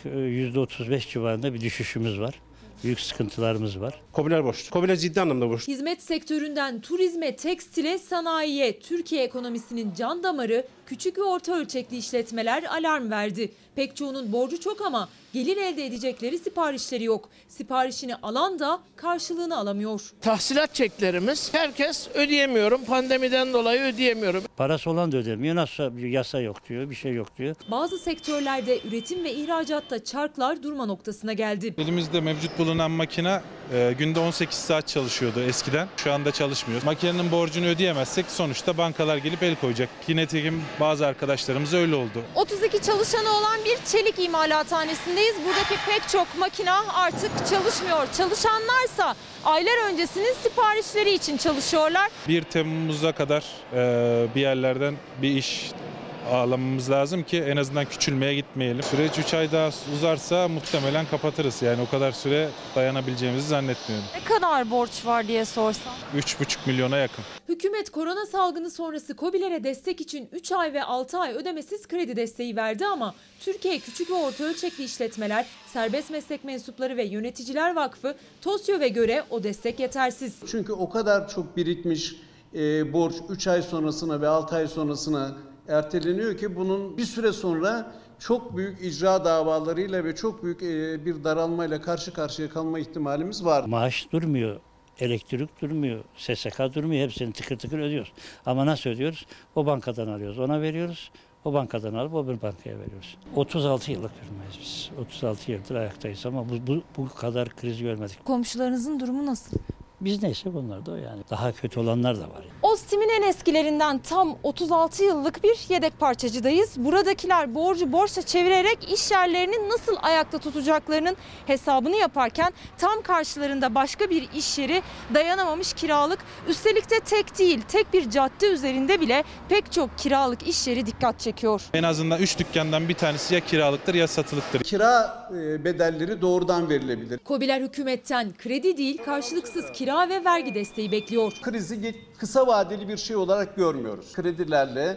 S9: %35 civarında bir düşüşümüz var. Büyük sıkıntılarımız var.
S13: KOBİ'ler boş. KOBİ'ler ciddi anlamda boş.
S25: Hizmet sektöründen turizme, tekstile, sanayiye Türkiye ekonomisinin can damarı küçük ve orta ölçekli işletmeler alarm verdi. Pek çoğunun borcu çok ama gelir elde edecekleri siparişleri yok. Siparişini alan da karşılığını alamıyor.
S26: Tahsilat çeklerimiz herkes ödeyemiyorum. Pandemiden dolayı ödeyemiyorum.
S9: Parası olan da ödemiyor. Nasıl bir yasa yok diyor, bir şey yok diyor.
S25: Bazı sektörlerde üretim ve ihracatta çarklar durma noktasına geldi.
S5: Elimizde mevcut bulunan makine günde 18 saat çalışıyordu eskiden. Şu anda çalışmıyor. Makinenin borcunu ödeyemezsek sonuçta bankalar gelip el koyacak. Yine tekim bazı arkadaşlarımız öyle oldu.
S25: 32 çalışanı olan bir çelik imalathanesindeyiz. Buradaki pek çok makine artık çalışmıyor. Çalışanlarsa aylar öncesinin siparişleri için çalışıyorlar.
S5: 1 Temmuz'a kadar bir yerlerden bir iş ağlamamız lazım ki en azından küçülmeye gitmeyelim. Süreç 3 ay daha uzarsa muhtemelen kapatırız. Yani o kadar süre dayanabileceğimizi zannetmiyorum.
S25: Ne kadar borç var diye sorsam?
S5: 3,5 milyona yakın.
S25: Hükümet korona salgını sonrası KOBİ'lere destek için 3 ay ve 6 ay ödemesiz kredi desteği verdi ama Türkiye Küçük ve Orta Ölçekli İşletmeler, Serbest Meslek Mensupları ve Yöneticiler Vakfı TOSYOV'e göre o destek yetersiz.
S27: Çünkü o kadar çok birikmiş borç 3 ay sonrasına ve 6 ay sonrasına erteleniyor ki bunun bir süre sonra çok büyük icra davalarıyla ve çok büyük bir daralmayla karşı karşıya kalma ihtimalimiz var.
S9: Maaş durmuyor, elektrik durmuyor, SSK durmuyor. Hepsini tıkır tıkır ödüyoruz. Ama nasıl ödüyoruz? O bankadan alıyoruz, ona veriyoruz. O bankadan alıp o bir bankaya veriyoruz. 36 yıllık firmayız biz. 36 yıldır ayaktayız ama bu kadar kriz görmedik.
S25: Komşularınızın durumu nasıl?
S9: Biz neyse bunlar da o yani. Daha kötü olanlar da var.
S25: Ostim'in en eskilerinden tam 36 yıllık bir yedek parçacıdayız. Buradakiler borcu borçla çevirerek iş yerlerini nasıl ayakta tutacaklarının hesabını yaparken tam karşılarında başka bir iş yeri dayanamamış kiralık. Üstelik de tek değil, tek bir cadde üzerinde bile pek çok kiralık iş yeri dikkat çekiyor.
S5: En azından 3 dükkandan bir tanesi ya kiralıktır ya satılıktır.
S27: Kira bedelleri doğrudan verilebilir.
S25: KOBİ'ler hükümetten kredi değil karşılıksız kira ve vergi desteği bekliyor.
S27: Krizi kısa vadeli bir şey olarak görmüyoruz. Kredilerle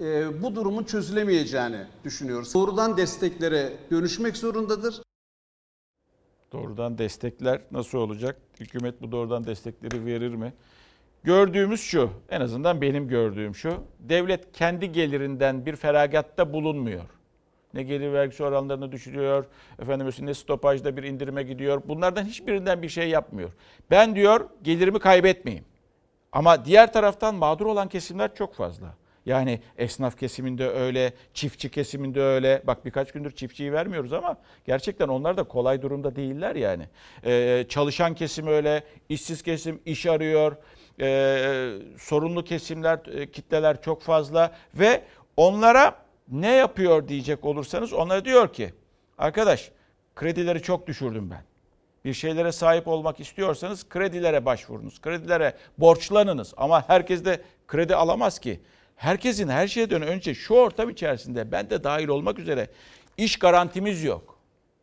S27: bu durumun çözülemeyeceğini düşünüyoruz. Doğrudan desteklere dönüşmek zorundadır.
S1: Doğrudan destekler nasıl olacak? Hükümet bu doğrudan destekleri verir mi? gördüğümüz şu, en azından benim gördüğüm şu. Devlet kendi gelirinden bir feragatta bulunmuyor. Ne gelir vergisi oranlarını düşürüyor, ne stopajda bir indirime gidiyor. Bunlardan hiçbirinden bir şey yapmıyor. Ben diyor gelirimi kaybetmeyeyim. Ama diğer taraftan mağdur olan kesimler çok fazla. Yani esnaf kesiminde öyle, çiftçi kesiminde öyle. Bak birkaç gündür çiftçiyi vermiyoruz ama gerçekten onlar da kolay durumda değiller yani. Çalışan kesim öyle, işsiz kesim iş arıyor. Sorunlu kesimler, kitleler çok fazla ve onlara ne yapıyor diyecek olursanız onlara diyor ki arkadaş kredileri çok düşürdüm ben. Bir şeylere sahip olmak istiyorsanız kredilere başvurunuz. Kredilere borçlanınız ama herkes de kredi alamaz ki. Herkesin her şeyden önce şu ortam içerisinde ben de dahil olmak üzere iş garantimiz yok.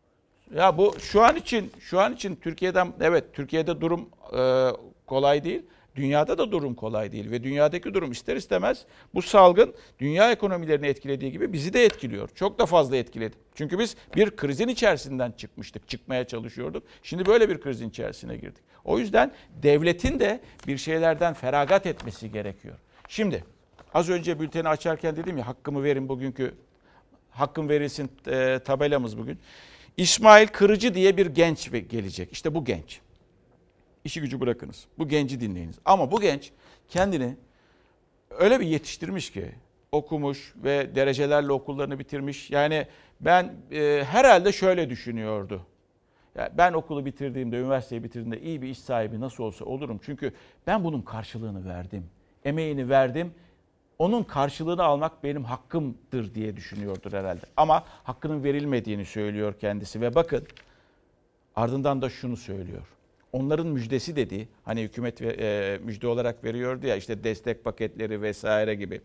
S1: Ya bu şu an için Türkiye'den evet Türkiye'de durum kolay değil. Dünyada da durum kolay değil ve dünyadaki durum ister istemez bu salgın dünya ekonomilerini etkilediği gibi bizi de etkiliyor. Çok da fazla etkiledi. Çünkü biz bir krizin içerisinden çıkmaya çalışıyorduk. Şimdi böyle bir krizin içerisine girdik. O yüzden devletin de bir şeylerden feragat etmesi gerekiyor. Şimdi az önce bülteni açarken dedim ya hakkımı verin bugünkü hakkım verilsin tabelamız bugün. İsmail Kırıcı diye bir genç gelecek. İşte bu genç. İşi gücü bırakınız. Bu genci dinleyiniz. Ama bu genç kendini öyle bir yetiştirmiş ki okumuş ve derecelerle okullarını bitirmiş. Yani ben herhalde şöyle düşünüyordu. Yani ben okulu bitirdiğimde, üniversiteyi bitirdiğimde iyi bir iş sahibi nasıl olsa olurum. Çünkü ben bunun karşılığını verdim. Emeğini verdim. Onun karşılığını almak benim hakkımdır diye düşünüyordur herhalde. Ama hakkının verilmediğini söylüyor kendisi. Ve bakın ardından da şunu söylüyor. Onların müjdesi dediği, hani hükümet müjde olarak veriyordu ya işte destek paketleri vesaire gibi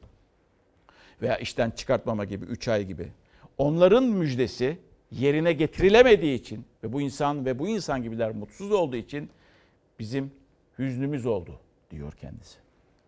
S1: veya işten çıkartmama gibi 3 ay gibi. Onların müjdesi yerine getirilemediği için ve bu insan gibiler mutsuz olduğu için bizim hüznümüz oldu diyor kendisi.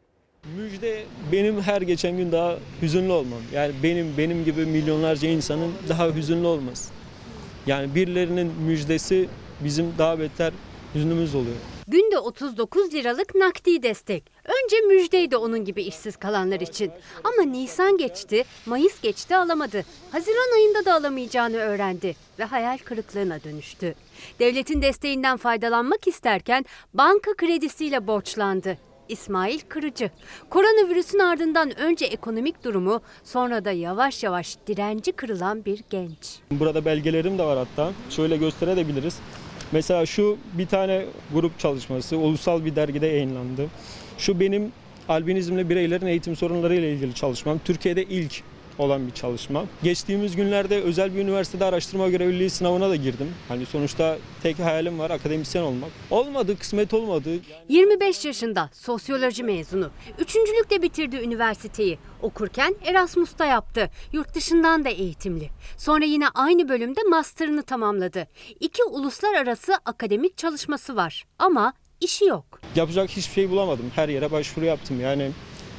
S14: Müjde benim her geçen gün daha hüzünlü olmam. Yani benim gibi milyonlarca insanın daha hüzünlü olması. Yani birilerinin müjdesi bizim daha beter hüznümüz oluyor.
S15: Günde 39 liralık nakdi destek. Önce müjdeydi onun gibi işsiz kalanlar için. Ama Nisan geçti, Mayıs geçti alamadı. Haziran ayında da alamayacağını öğrendi ve hayal kırıklığına dönüştü. Devletin desteğinden faydalanmak isterken banka kredisiyle borçlandı. İsmail Kırıcı. Koronavirüsün ardından önce ekonomik durumu, sonra da yavaş yavaş direnci kırılan bir genç.
S14: Burada belgelerim de var hatta. Şöyle gösterebiliriz. Mesela şu bir tane grup çalışması ulusal bir dergide yayınlandı. Şu benim albinizmli bireylerin eğitim sorunlarıyla ilgili çalışmam. Türkiye'de ilk olan bir çalışma. Geçtiğimiz günlerde özel bir üniversitede araştırma görevliliği sınavına da girdim. Hani sonuçta tek hayalim var akademisyen olmak. Olmadı, kısmet olmadı.
S15: 25 yaşında sosyoloji mezunu. Üçüncülükle bitirdi üniversiteyi. Okurken Erasmus'ta yaptı. Yurt dışından da eğitimli. Sonra yine aynı bölümde master'ını tamamladı. 2 uluslararası akademik çalışması var. Ama işi yok.
S14: Yapacak hiçbir şey bulamadım. Her yere başvuru yaptım yani.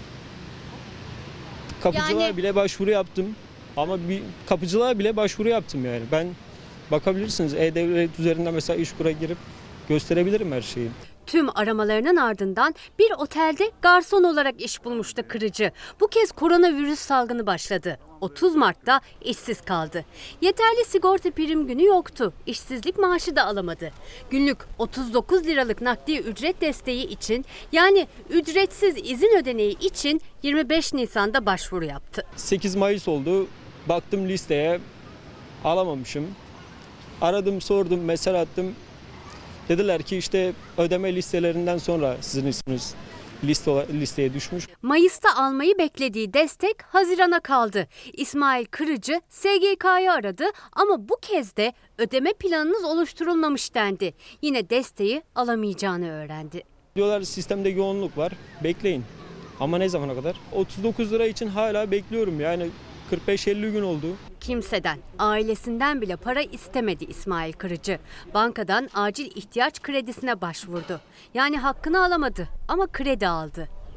S14: Kapıcılığa bile başvuru yaptım. Ama bir kapıcılığa bile başvuru yaptım yani. Ben bakabilirsiniz E-Devlet üzerinden mesela İşkur'a girip gösterebilirim her şeyi.
S15: Tüm aramalarının ardından bir otelde garson olarak iş bulmuştu Kırıcı. Bu kez koronavirüs salgını başladı. 30 Mart'ta işsiz kaldı. Yeterli sigorta prim günü yoktu. İşsizlik maaşı da alamadı. Günlük 39 liralık nakdi ücret desteği için yani ücretsiz izin ödeneği için 25 Nisan'da başvuru yaptı.
S14: 8 Mayıs oldu. Baktım listeye alamamışım. Aradım, sordum, mesaj attım. Dediler ki işte ödeme listelerinden sonra sizin isminiz listeye düşmüş.
S15: Mayıs'ta almayı beklediği destek Haziran'a kaldı. İsmail Kırıcı SGK'yı aradı ama bu kez de ödeme planınız oluşturulmamış dendi. Yine desteği alamayacağını öğrendi.
S14: Diyorlar sistemde yoğunluk var, bekleyin. Ama ne zamana kadar? 39 lira için hala bekliyorum yani 45-50 gün oldu.
S15: Kimseden, ailesinden bile para istemedi İsmail Kırıcı. Bankadan acil ihtiyaç kredisine başvurdu. Yani hakkını alamadı ama kredi aldı.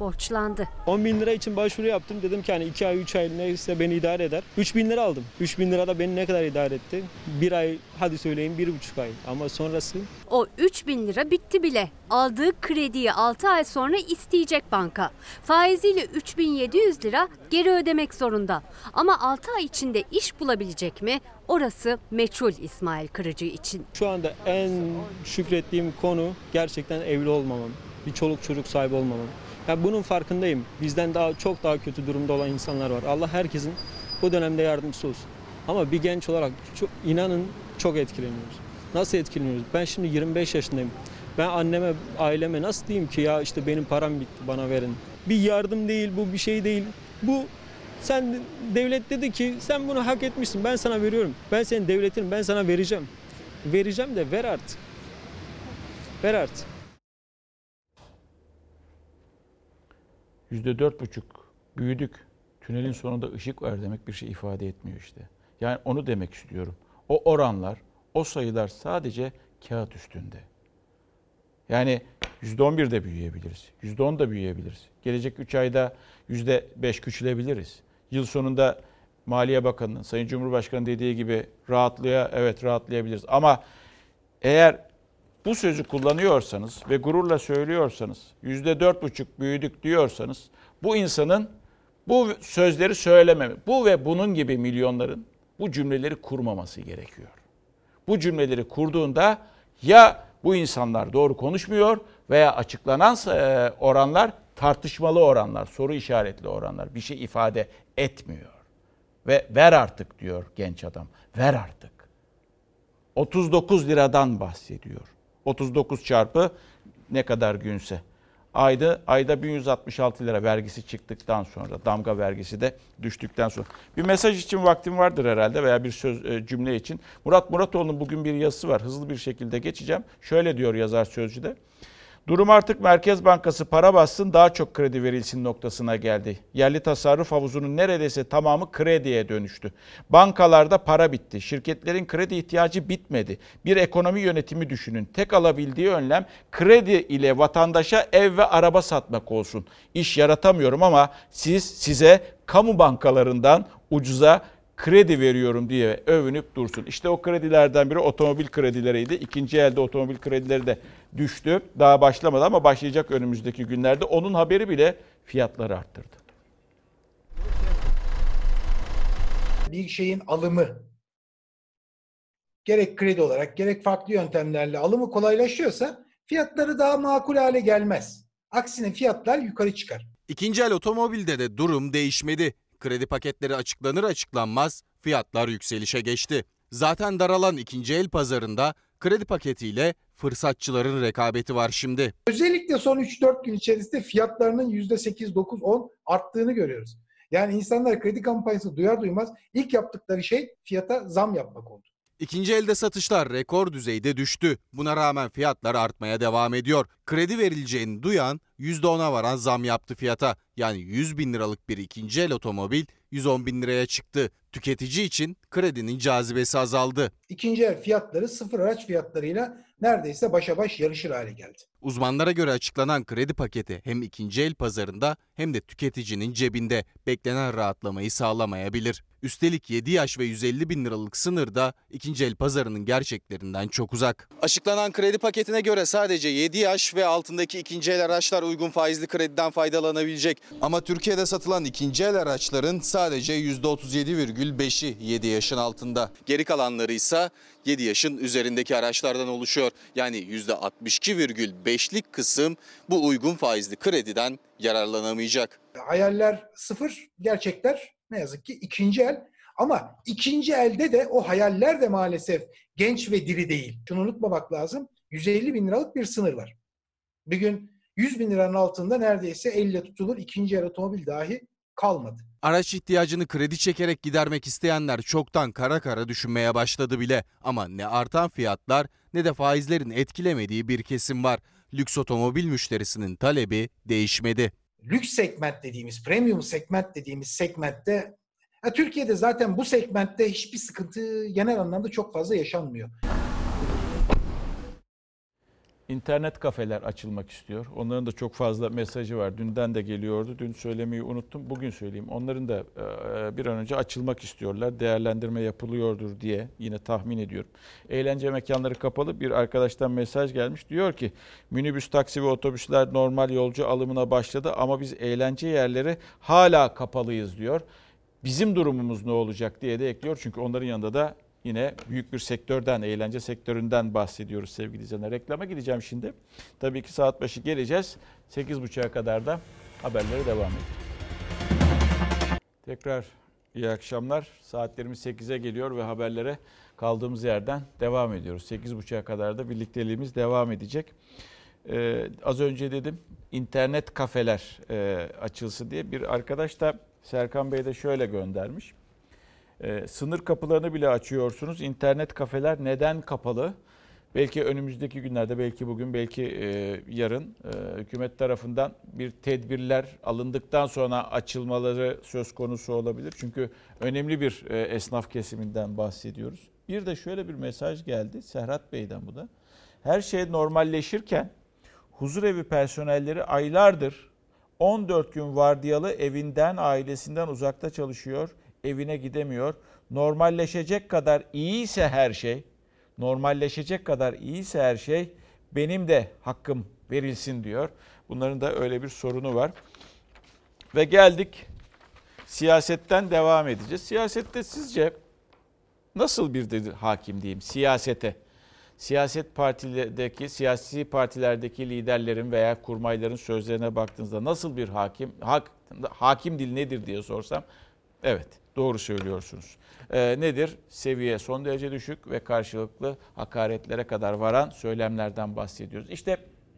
S15: borçlandı.
S14: 10 bin lira için başvuru yaptım. Dedim ki hani 2 ay 3 ay neyse beni idare eder. 3 bin lira aldım. 3 bin lira da beni ne kadar idare etti? 1 ay, hadi söyleyin 1,5 ay. Ama sonrası...
S15: O 3 bin lira bitti bile. Aldığı krediyi 6 ay sonra isteyecek banka. Faiziyle 3.700 lira geri ödemek zorunda. Ama 6 ay içinde iş bulabilecek mi? Orası meçhul İsmail Kırıcı için.
S14: Şu anda en şükrettiğim konu gerçekten evli olmamam. Bir çoluk çocuk sahibi olmamam. Yani bunun farkındayım. Bizden çok daha kötü durumda olan insanlar var. Allah herkesin bu dönemde yardımcısı olsun. Ama bir genç olarak inanın çok etkileniyoruz. Nasıl etkileniyoruz? Ben şimdi 25 yaşındayım. Ben anneme, aileme nasıl diyeyim ki ya işte benim param bitti bana verin. Bir yardım değil bu, bir şey değil. Bu sen devlet dedi ki sen bunu hak etmişsin, ben sana veriyorum. Ben senin devletinim, ben sana vereceğim. Vereceğim de ver artık. Ver artık.
S1: %4,5 büyüdük. Tünelin sonunda ışık var demek bir şey ifade etmiyor işte. Yani onu demek istiyorum. O oranlar, o sayılar sadece kağıt üstünde. Yani %11 de büyüyebiliriz. %10 da büyüyebiliriz. Gelecek 3 ayda %5 küçülebiliriz. Yıl sonunda Maliye Bakanı'nın, Sayın Cumhurbaşkanı dediği gibi rahatlayabiliriz. Ama eğer bu sözü kullanıyorsanız ve gururla söylüyorsanız, %4,5 büyüdük diyorsanız, bu insanın bu sözleri söylememi, bu ve bunun gibi milyonların bu cümleleri kurmaması gerekiyor. Bu cümleleri kurduğunda ya bu insanlar doğru konuşmuyor veya açıklanan oranlar tartışmalı oranlar, soru işaretli oranlar, bir şey ifade etmiyor. Ve ver artık diyor genç adam, ver artık. 39 liradan bahsediyor. 39 çarpı ne kadar günse. Ayda 1166 lira vergisi çıktıktan sonra, damga vergisi de düştükten sonra. Bir mesaj için vaktim vardır herhalde veya bir cümle için. Murat Muratoğlu'nun bugün bir yazısı var. Hızlı bir şekilde geçeceğim. Şöyle diyor yazar Sözcü'de. Durum artık Merkez Bankası para bassın, daha çok kredi verilsin noktasına geldi. Yerli tasarruf havuzunun neredeyse tamamı krediye dönüştü. Bankalarda para bitti. Şirketlerin kredi ihtiyacı bitmedi. Bir ekonomi yönetimi düşünün. Tek alabildiği önlem kredi ile vatandaşa ev ve araba satmak olsun. İş yaratamıyorum ama size kamu bankalarından ucuza kredi veriyorum diye övünüp dursun. İşte o kredilerden biri otomobil kredileriydi. İkinci elde otomobil kredileri de düştü. Daha başlamadı ama başlayacak önümüzdeki günlerde. Onun haberi bile fiyatları arttırdı.
S8: Bir şeyin alımı gerek kredi olarak gerek farklı yöntemlerle alımı kolaylaşıyorsa fiyatları daha makul hale gelmez. Aksine fiyatlar yukarı çıkar.
S16: İkinci el otomobilde de durum değişmedi. Kredi paketleri açıklanır açıklanmaz fiyatlar yükselişe geçti. Zaten daralan ikinci el pazarında kredi paketiyle fırsatçıların rekabeti var şimdi.
S8: Özellikle son 3-4 gün içerisinde fiyatlarının %8, 9, 10 arttığını görüyoruz. Yani insanlar kredi kampanyası duyar duymaz ilk yaptıkları şey fiyata zam yapmak oldu.
S16: İkinci elde satışlar rekor düzeyde düştü. Buna rağmen fiyatlar artmaya devam ediyor. Kredi verileceğini duyan %10'a varan zam yaptı fiyata. Yani 100 bin liralık bir ikinci el otomobil 110 bin liraya çıktı. Tüketici için kredinin cazibesi azaldı.
S8: İkinci el fiyatları sıfır araç fiyatlarıyla neredeyse başa baş yarışır hale geldi.
S16: Uzmanlara göre açıklanan kredi paketi hem ikinci el pazarında hem de tüketicinin cebinde beklenen rahatlamayı sağlamayabilir. Üstelik 7 yaş ve 150 bin liralık sınır da ikinci el pazarının gerçeklerinden çok uzak. Açıklanan kredi paketine göre sadece 7 yaş ve altındaki ikinci el araçlar uygun faizli krediden faydalanabilecek. Ama Türkiye'de satılan ikinci el araçların sadece %37,5'i 7 yaşın altında. Geri kalanları ise 7 yaşın üzerindeki araçlardan oluşuyor. Yani %62,5'lik kısım bu uygun faizli krediden yararlanamayacak.
S8: Hayaller sıfır, gerçekler ne yazık ki ikinci el. Ama ikinci elde de o hayaller de maalesef genç ve diri değil. Şunu unutmamak lazım. 150 bin liralık bir sınır var. Bir gün 100 bin liranın altında neredeyse elle tutulur ikinci el otomobil dahi kalmadı.
S16: Araç ihtiyacını kredi çekerek gidermek isteyenler çoktan kara kara düşünmeye başladı bile. Ama ne artan fiyatlar ne de faizlerin etkilemediği bir kesim var. Lüks otomobil müşterisinin talebi değişmedi.
S8: Lüks segment dediğimiz, premium segment dediğimiz segmentte, Türkiye'de zaten bu segmentte hiçbir sıkıntı genel anlamda çok fazla yaşanmıyor.
S1: İnternet kafeler açılmak istiyor. Onların da çok fazla mesajı var. Dünden de geliyordu. Dün söylemeyi unuttum. Bugün söyleyeyim. Onların da bir an önce açılmak istiyorlar. Değerlendirme yapılıyordur diye yine tahmin ediyorum. Eğlence mekanları kapalı. Bir arkadaştan mesaj gelmiş. Diyor ki minibüs, taksi ve otobüsler normal yolcu alımına başladı ama biz eğlence yerleri hala kapalıyız diyor. Bizim durumumuz ne olacak diye de ekliyor. Çünkü onların yanında da yine büyük bir sektörden, eğlence sektöründen bahsediyoruz sevgili izleyenler. Reklama gideceğim şimdi. Tabii ki saat başı geleceğiz. 8.30'a kadar da haberlere devam edeceğiz. Tekrar iyi akşamlar. Saatlerimiz 8'e geliyor ve haberlere kaldığımız yerden devam ediyoruz. 8.30'a kadar da birlikteliğimiz devam edecek. Az önce dedim internet kafeler açılsın diye. Bir arkadaş da Serkan Bey de şöyle göndermiş. Sınır kapılarını bile açıyorsunuz. İnternet kafeler neden kapalı? Belki önümüzdeki günlerde, belki bugün, belki yarın hükümet tarafından bir tedbirler alındıktan sonra açılmaları söz konusu olabilir. Çünkü önemli bir esnaf kesiminden bahsediyoruz. Bir de şöyle bir mesaj geldi Serhat Bey'den bu da. Her şey normalleşirken huzurevi personelleri aylardır 14 gün vardiyalı evinden, ailesinden uzakta çalışıyor. Evine gidemiyor. Normalleşecek kadar iyiyse her şey, benim de hakkım verilsin diyor. Bunların da öyle bir sorunu var. Ve geldik siyasetten devam edeceğiz. Siyasette sizce nasıl bir hakim diyeyim siyasete? Siyasi partilerdeki liderlerin veya kurmayların sözlerine baktığınızda nasıl bir hakim dil nedir diye sorsam, evet, doğru söylüyorsunuz. Nedir? Seviye son derece düşük ve karşılıklı hakaretlere kadar varan söylemlerden bahsediyoruz. İşte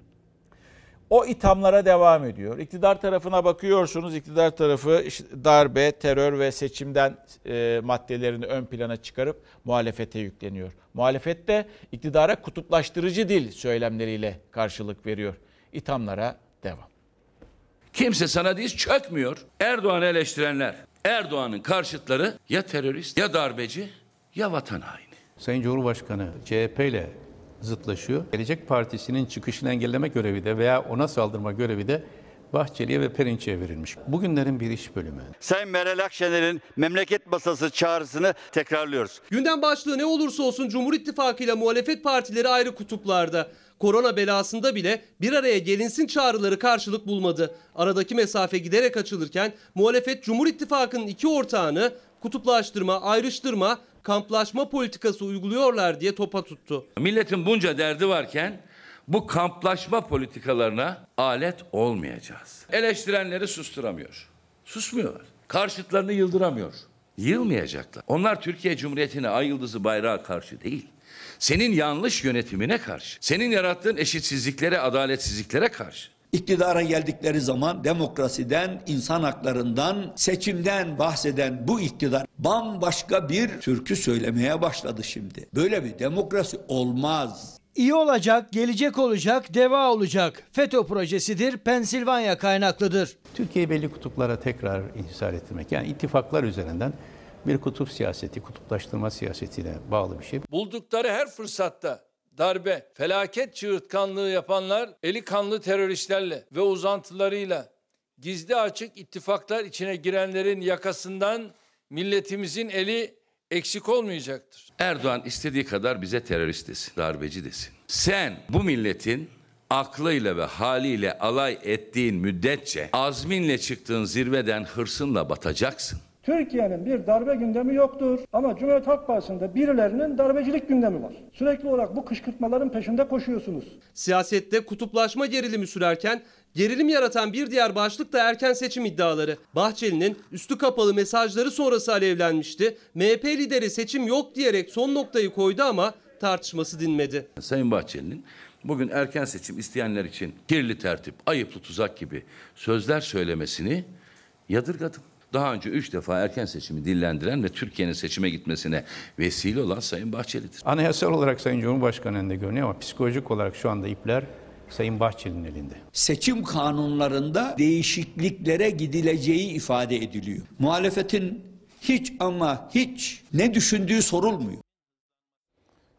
S1: o ithamlara devam ediyor. İktidar tarafına bakıyorsunuz. İktidar tarafı darbe, terör ve seçimden maddelerini ön plana çıkarıp muhalefete yükleniyor. Muhalefet de iktidara kutuplaştırıcı dil söylemleriyle karşılık veriyor. İthamlara devam.
S2: Kimse sana diz çökmüyor. Erdoğan'ı eleştirenler, Erdoğan'ın karşıtları ya terörist, ya darbeci, ya vatan haini.
S18: Sayın Cumhurbaşkanı CHP ile zıtlaşıyor. Gelecek Partisi'nin çıkışını engelleme görevi de veya ona saldırma görevi de Bahçeli'ye ve Perinçek'e verilmiş. Bugünlerin bir iş bölümü.
S3: Sayın Meral Akşener'in memleket masası çağrısını tekrarlıyoruz.
S6: Gündem başlığı ne olursa olsun Cumhur İttifakı ile muhalefet partileri ayrı kutuplarda. Korona belasında bile bir araya gelinsin çağrıları karşılık bulmadı. Aradaki mesafe giderek açılırken muhalefet Cumhur İttifakı'nın iki ortağını kutuplaştırma, ayrıştırma, kamplaşma politikası uyguluyorlar diye topa tuttu.
S2: Milletin bunca derdi varken bu kamplaşma politikalarına alet olmayacağız. Eleştirenleri susturamıyor. Susmuyorlar. Karşıtlarını yıldıramıyor. Yılmayacaklar. Onlar Türkiye Cumhuriyeti'ne ay yıldızı bayrağı karşı değil. Senin yanlış yönetimine karşı. Senin yarattığın eşitsizliklere, adaletsizliklere karşı.
S11: İktidara geldikleri zaman demokrasiden, insan haklarından, seçimden bahseden bu iktidar bambaşka bir türkü söylemeye başladı şimdi. Böyle bir demokrasi olmaz.
S4: İyi olacak, gelecek olacak, deva olacak. FETÖ projesidir, Pensilvanya kaynaklıdır.
S18: Türkiye'yi belli kutuplara tekrar inhisar ettirmek, yani ittifaklar üzerinden bir kutup siyaseti, kutuplaştırma siyasetine bağlı bir şey.
S19: Buldukları her fırsatta darbe, felaket çığırtkanlığı yapanlar eli kanlı teröristlerle ve uzantılarıyla gizli açık ittifaklar içine girenlerin yakasından milletimizin eli eksik olmayacaktır.
S2: Erdoğan istediği kadar bize terörist desin, darbeci desin. Sen bu milletin aklıyla ve haliyle alay ettiğin müddetçe azminle çıktığın zirveden hırsınla batacaksın.
S10: Türkiye'nin bir darbe gündemi yoktur ama Cumhuriyet Halk Partisi'nde birilerinin darbecilik gündemi var. Sürekli olarak bu kışkırtmaların peşinde koşuyorsunuz.
S6: Siyasette kutuplaşma gerilimi sürerken gerilim yaratan bir diğer başlık da erken seçim iddiaları. Bahçeli'nin üstü kapalı mesajları sonrası alevlenmişti. MHP lideri seçim yok diyerek son noktayı koydu ama tartışması dinmedi.
S2: Sayın Bahçeli'nin bugün erken seçim isteyenler için kirli tertip, ayıplı tuzak gibi sözler söylemesini yadırgadım. Daha önce 3 defa erken seçimi dillendiren ve Türkiye'nin seçime gitmesine vesile olan Sayın Bahçeli'dir.
S18: Anayasal olarak Sayın Cumhurbaşkanı elinde görünüyor ama psikolojik olarak şu anda ipler Sayın Bahçeli'nin elinde.
S11: Seçim kanunlarında değişikliklere gidileceği ifade ediliyor. Muhalefetin hiç ama hiç ne düşündüğü sorulmuyor.
S1: Ama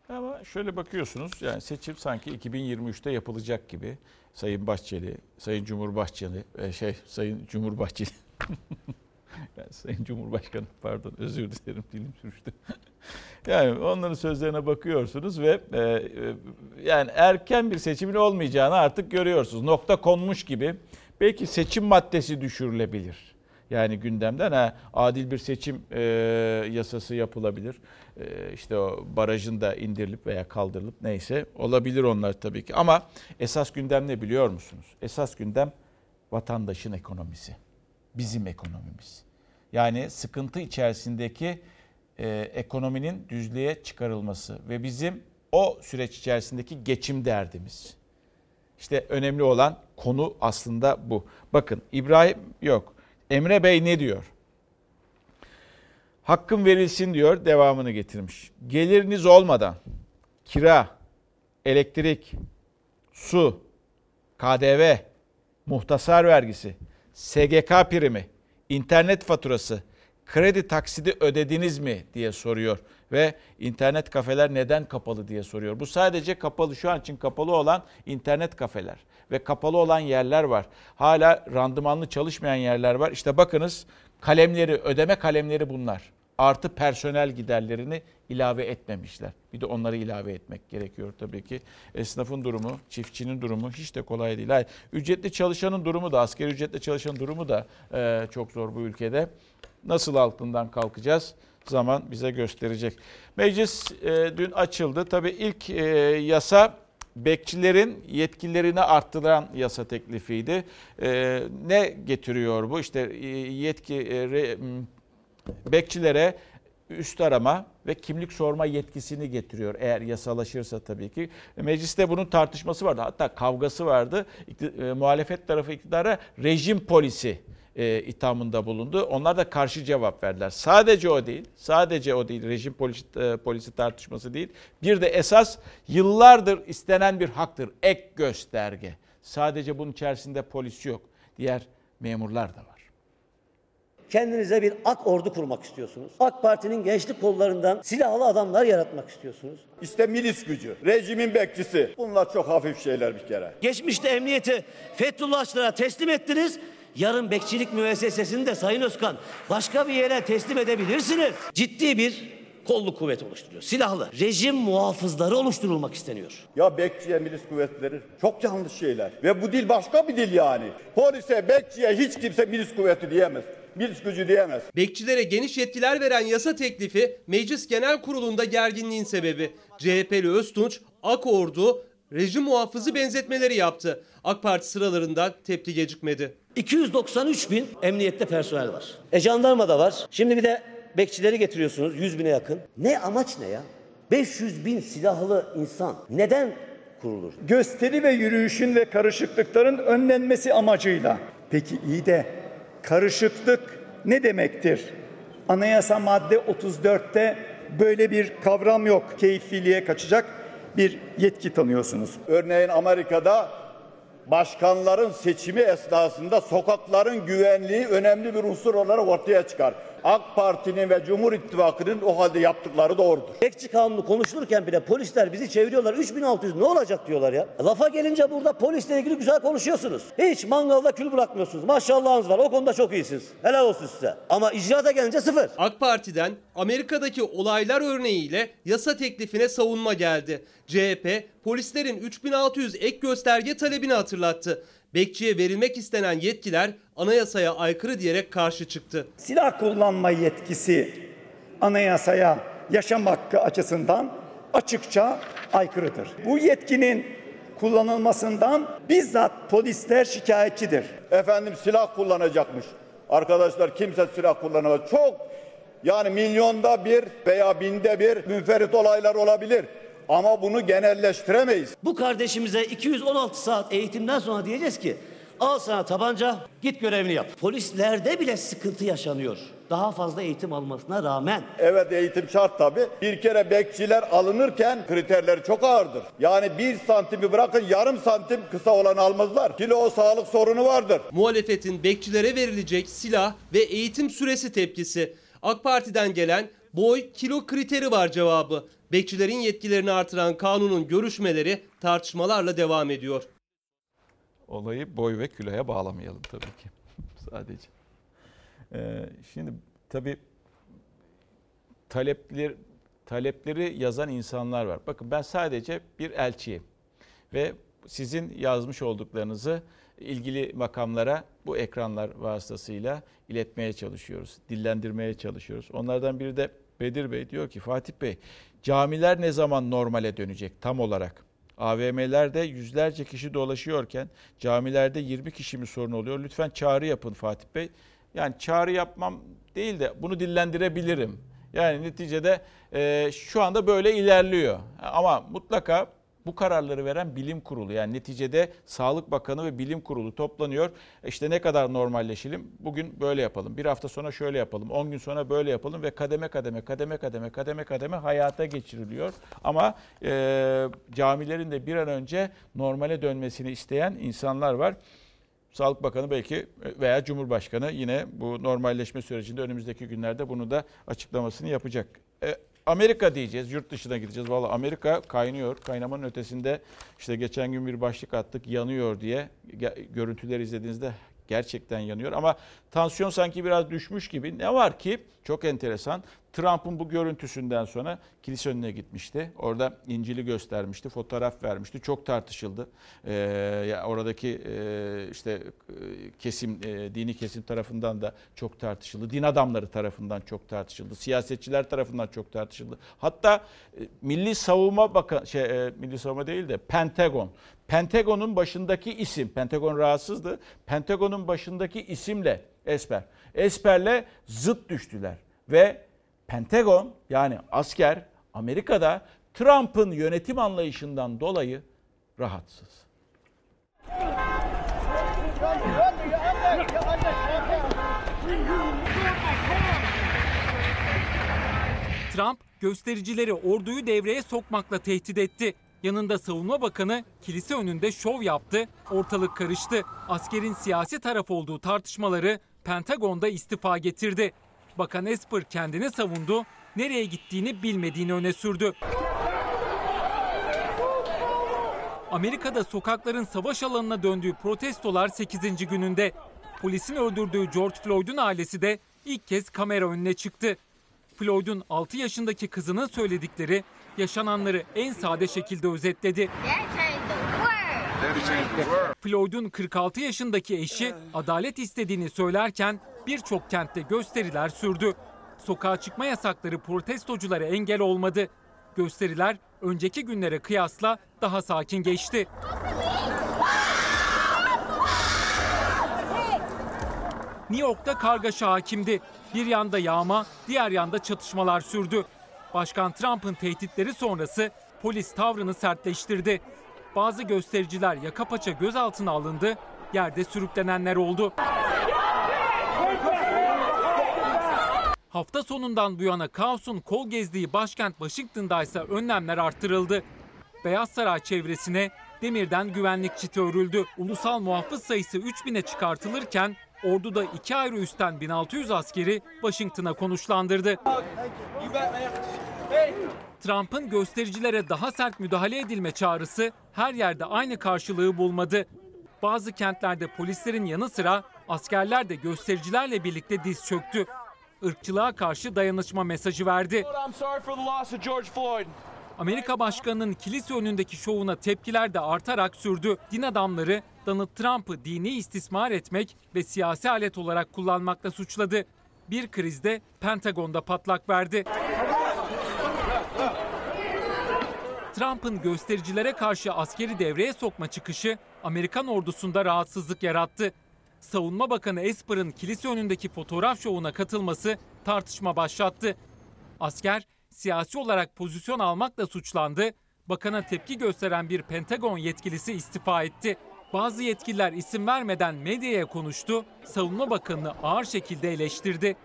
S1: şöyle bakıyorsunuz, yani seçim sanki 2023'te yapılacak gibi. Sayın Bahçeli, Sayın Cumhurbaşkanı, Sayın Cumhurbaşkanı, yani Sayın Cumhurbaşkanı, pardon, özür dilerim, dilim sürçtü. Yani onların sözlerine bakıyorsunuz ve yani erken bir seçimin olmayacağını artık görüyorsunuz. Nokta konmuş gibi. Belki seçim maddesi düşürülebilir. Yani gündemden adil bir seçim yasası yapılabilir. İşte o barajın da indirilip veya kaldırılıp neyse olabilir onlar tabii ki. Ama esas gündem ne biliyor musunuz? Esas gündem vatandaşın ekonomisi. Bizim ekonomimiz. Yani sıkıntı içerisindeki ekonominin düzlüğe çıkarılması ve bizim o süreç içerisindeki geçim derdimiz. İşte önemli olan konu aslında bu. Bakın Emre Bey ne diyor? Hakkım verilsin diyor, devamını getirmiş. Geliriniz olmadan kira, elektrik, su, KDV, muhtasar vergisi, SGK primi, internet faturası, kredi taksidi ödediniz mi diye soruyor. Ve internet kafeler neden kapalı diye soruyor. Bu sadece kapalı, şu an için kapalı olan internet kafeler ve kapalı olan yerler var. Hala randımanlı çalışmayan yerler var. İşte bakınız, ödeme kalemleri bunlar. Artı personel giderlerini ilave etmemişler. Bir de onları ilave etmek gerekiyor tabii ki. Esnafın durumu, çiftçinin durumu hiç de kolay değil. Hayır. Ücretli çalışanın durumu da, asgari ücretle çalışanın durumu da çok zor bu ülkede. Nasıl altından kalkacağız? Zaman bize gösterecek. Meclis dün açıldı. Tabii ilk yasa bekçilerin yetkilerini arttıran yasa teklifiydi. Ne getiriyor bu? İşte bekçilere üst arama ve kimlik sorma yetkisini getiriyor. Eğer yasalaşırsa tabii ki. Mecliste bunun tartışması vardı. Hatta kavgası vardı. Muhalefet tarafı iktidara rejim polisi ithamında bulundu. Onlar da karşı cevap verdiler. Sadece o değil. Rejim polisi tartışması değil. Bir de esas yıllardır istenen bir haktır. Ek gösterge. Sadece bunun içerisinde polis yok. Diğer memurlar da var.
S12: Kendinize bir ak ordu kurmak istiyorsunuz. AK Parti'nin gençlik kollarından silahlı adamlar yaratmak istiyorsunuz.
S17: İşte milis gücü, rejimin bekçisi. Bunlar çok hafif şeyler bir kere.
S12: Geçmişte emniyeti Fethullahçılara teslim ettiniz. Yarın bekçilik müessesesini de Sayın Özkan başka bir yere teslim edebilirsiniz. Ciddi bir kolluk kuvvet oluşturuyor. Silahlı. Rejim muhafızları oluşturulmak isteniyor.
S17: Ya bekçiye milis kuvvetleri çok yanlış şeyler. Ve bu dil başka bir dil yani. Polise, bekçiye hiç kimse milis kuvveti diyemez. Milis gücü diyemez.
S6: Bekçilere geniş yetkiler veren yasa teklifi Meclis Genel Kurulu'nda gerginliğin sebebi. CHP'li Öztunç, AK Ordu, rejim muhafızı benzetmeleri yaptı. AK Parti sıralarında tepki gecikmedi.
S12: 293 bin emniyette personel var. Jandarma da var. Şimdi bir de bekçileri getiriyorsunuz 100 bine yakın. Ne amaç ne ya? 500 bin silahlı insan neden kurulur?
S20: Gösteri ve yürüyüşün ve karışıklıkların önlenmesi amacıyla. Peki iyi de karışıklık ne demektir? Anayasa madde 34'te böyle bir kavram yok. Keyfiliğe kaçacak bir yetki tanıyorsunuz.
S17: Örneğin Amerika'da başkanların seçimi esnasında sokakların güvenliği önemli bir unsur olarak ortaya çıkar. AK Parti'nin ve Cumhur İttifakı'nın o halde yaptıkları doğrudur.
S12: Bekçi kanunu konuşulurken bile polisler bizi çeviriyorlar. 3600 ne olacak diyorlar ya. Lafa gelince burada polisle ilgili güzel konuşuyorsunuz. Hiç mangalda kül bırakmıyorsunuz. Maşallahınız var. O konuda çok iyisiniz. Helal olsun size. Ama icraata gelince sıfır.
S6: AK Parti'den Amerika'daki olaylar örneğiyle yasa teklifine savunma geldi. CHP polislerin 3600 ek gösterge talebini hatırlattı. Bekçiye verilmek istenen yetkiler anayasaya aykırı diyerek karşı çıktı.
S20: Silah kullanma yetkisi anayasaya yaşam hakkı açısından açıkça aykırıdır. Bu yetkinin kullanılmasından bizzat polisler şikayetçidir.
S17: Efendim silah kullanacakmış. Arkadaşlar kimse silah kullanamaz. Çok yani milyonda bir veya binde bir münferit olaylar olabilir. Ama bunu genelleştiremeyiz.
S12: Bu kardeşimize 216 saat eğitimden sonra diyeceğiz ki al sana tabanca git görevini yap. Polislerde bile sıkıntı yaşanıyor. Daha fazla eğitim almasına rağmen.
S17: Evet eğitim şart tabii. Bir kere bekçiler alınırken kriterleri çok ağırdır. Yani 1 santimi bırakın yarım santim kısa olanı almazlar. Kilo sağlık sorunu vardır.
S6: Muhalefetin bekçilere verilecek silah ve eğitim süresi tepkisi. AK Parti'den gelen boy, kilo kriteri var cevabı. Bekçilerin yetkilerini artıran kanunun görüşmeleri tartışmalarla devam ediyor.
S1: Olayı boy ve kiloya bağlamayalım tabii ki sadece. Şimdi tabii talepleri yazan insanlar var. Bakın ben sadece bir elçiyim ve sizin yazmış olduklarınızı ilgili makamlara bu ekranlar vasıtasıyla iletmeye çalışıyoruz, dillendirmeye çalışıyoruz. Onlardan biri de Bedir Bey diyor ki Fatih Bey, camiler ne zaman normale dönecek tam olarak? AVM'lerde yüzlerce kişi dolaşıyorken camilerde 20 kişi mi sorun oluyor? Lütfen çağrı yapın Fatih Bey. Yani çağrı yapmam değil de bunu dillendirebilirim. Yani neticede şu anda böyle ilerliyor. Ama mutlaka bu kararları veren bilim kurulu, yani neticede Sağlık Bakanı ve bilim kurulu toplanıyor. İşte ne kadar normalleşelim, bugün böyle yapalım, bir hafta sonra şöyle yapalım, 10 gün sonra böyle yapalım ve kademe kademe hayata geçiriliyor. Ama camilerin de bir an önce normale dönmesini isteyen insanlar var. Sağlık Bakanı belki veya Cumhurbaşkanı yine bu normalleşme sürecinde önümüzdeki günlerde bunu da açıklamasını yapacak. Amerika diyeceğiz, yurt dışına gideceğiz. Vallahi Amerika kaynıyor. Kaynamanın ötesinde işte geçen gün bir başlık attık, yanıyor diye. Görüntüleri izlediğinizde gerçekten yanıyor. Ama tansiyon sanki biraz düşmüş gibi. Ne var ki çok enteresan. Trump'ın bu görüntüsünden sonra kilise önüne gitmişti. Orada İncil'i göstermişti, fotoğraf vermişti. Çok tartışıldı. Oradaki işte kesim, dini kesim tarafından da çok tartışıldı. Din adamları tarafından çok tartışıldı. Siyasetçiler tarafından çok tartışıldı. Hatta Milli Savunma Milli Savunma değil de Pentagon'un başındaki isim, Pentagon rahatsızdı. Pentagon'un başındaki isimle Esper'le zıt düştüler ve Pentagon, yani asker, Amerika'da Trump'ın yönetim anlayışından dolayı rahatsız.
S7: Trump göstericileri orduyu devreye sokmakla tehdit etti. Yanında Savunma Bakanı kilise önünde şov yaptı, ortalık karıştı. Askerin siyasi taraf olduğu tartışmaları Pentagon'da istifa getirdi. Bakan Esper kendini savundu, nereye gittiğini bilmediğini öne sürdü. Amerika'da sokakların savaş alanına döndüğü protestolar 8. gününde. Polisin öldürdüğü George Floyd'un ailesi de ilk kez kamera önüne çıktı. Floyd'un 6 yaşındaki kızının söyledikleri yaşananları en sade şekilde özetledi. Floyd'un 46 yaşındaki eşi adalet istediğini söylerken birçok kentte gösteriler sürdü. Sokağa çıkma yasakları protestoculara engel olmadı. Gösteriler önceki günlere kıyasla daha sakin geçti. New York'ta kargaşa hakimdi. Bir yanda yağma, diğer yanda çatışmalar sürdü. Başkan Trump'ın tehditleri sonrası polis tavrını sertleştirdi. Bazı göstericiler yaka paça gözaltına alındı, yerde sürüklenenler oldu. Hafta sonundan bu yana kaosun kol gezdiği başkent Washington'da ise önlemler arttırıldı. Beyaz Saray çevresine demirden güvenlik çiti örüldü. Ulusal muhafız sayısı 3000'e çıkartılırken orduda 2 ayrı üstten 1600 askeri Washington'a konuşlandırdı. Trump'ın göstericilere daha sert müdahale edilme çağrısı her yerde aynı karşılığı bulmadı. Bazı kentlerde polislerin yanı sıra askerler de göstericilerle birlikte diz çöktü. Irkçılığa karşı dayanışma mesajı verdi. Amerika Başkanı'nın kilise önündeki şovuna tepkiler de artarak sürdü. Din adamları Donald Trump'ı dini istismar etmek ve siyasi alet olarak kullanmakla suçladı. Bir krizde Pentagon'da patlak verdi. Trump'ın göstericilere karşı askeri devreye sokma çıkışı Amerikan ordusunda rahatsızlık yarattı. Savunma Bakanı Esper'ın kilise önündeki fotoğraf şovuna katılması tartışma başlattı. Asker siyasi olarak pozisyon almakla suçlandı. Bakana tepki gösteren bir Pentagon yetkilisi istifa etti. Bazı yetkililer isim vermeden medyaya konuştu. Savunma Bakanı'nı ağır şekilde eleştirdi.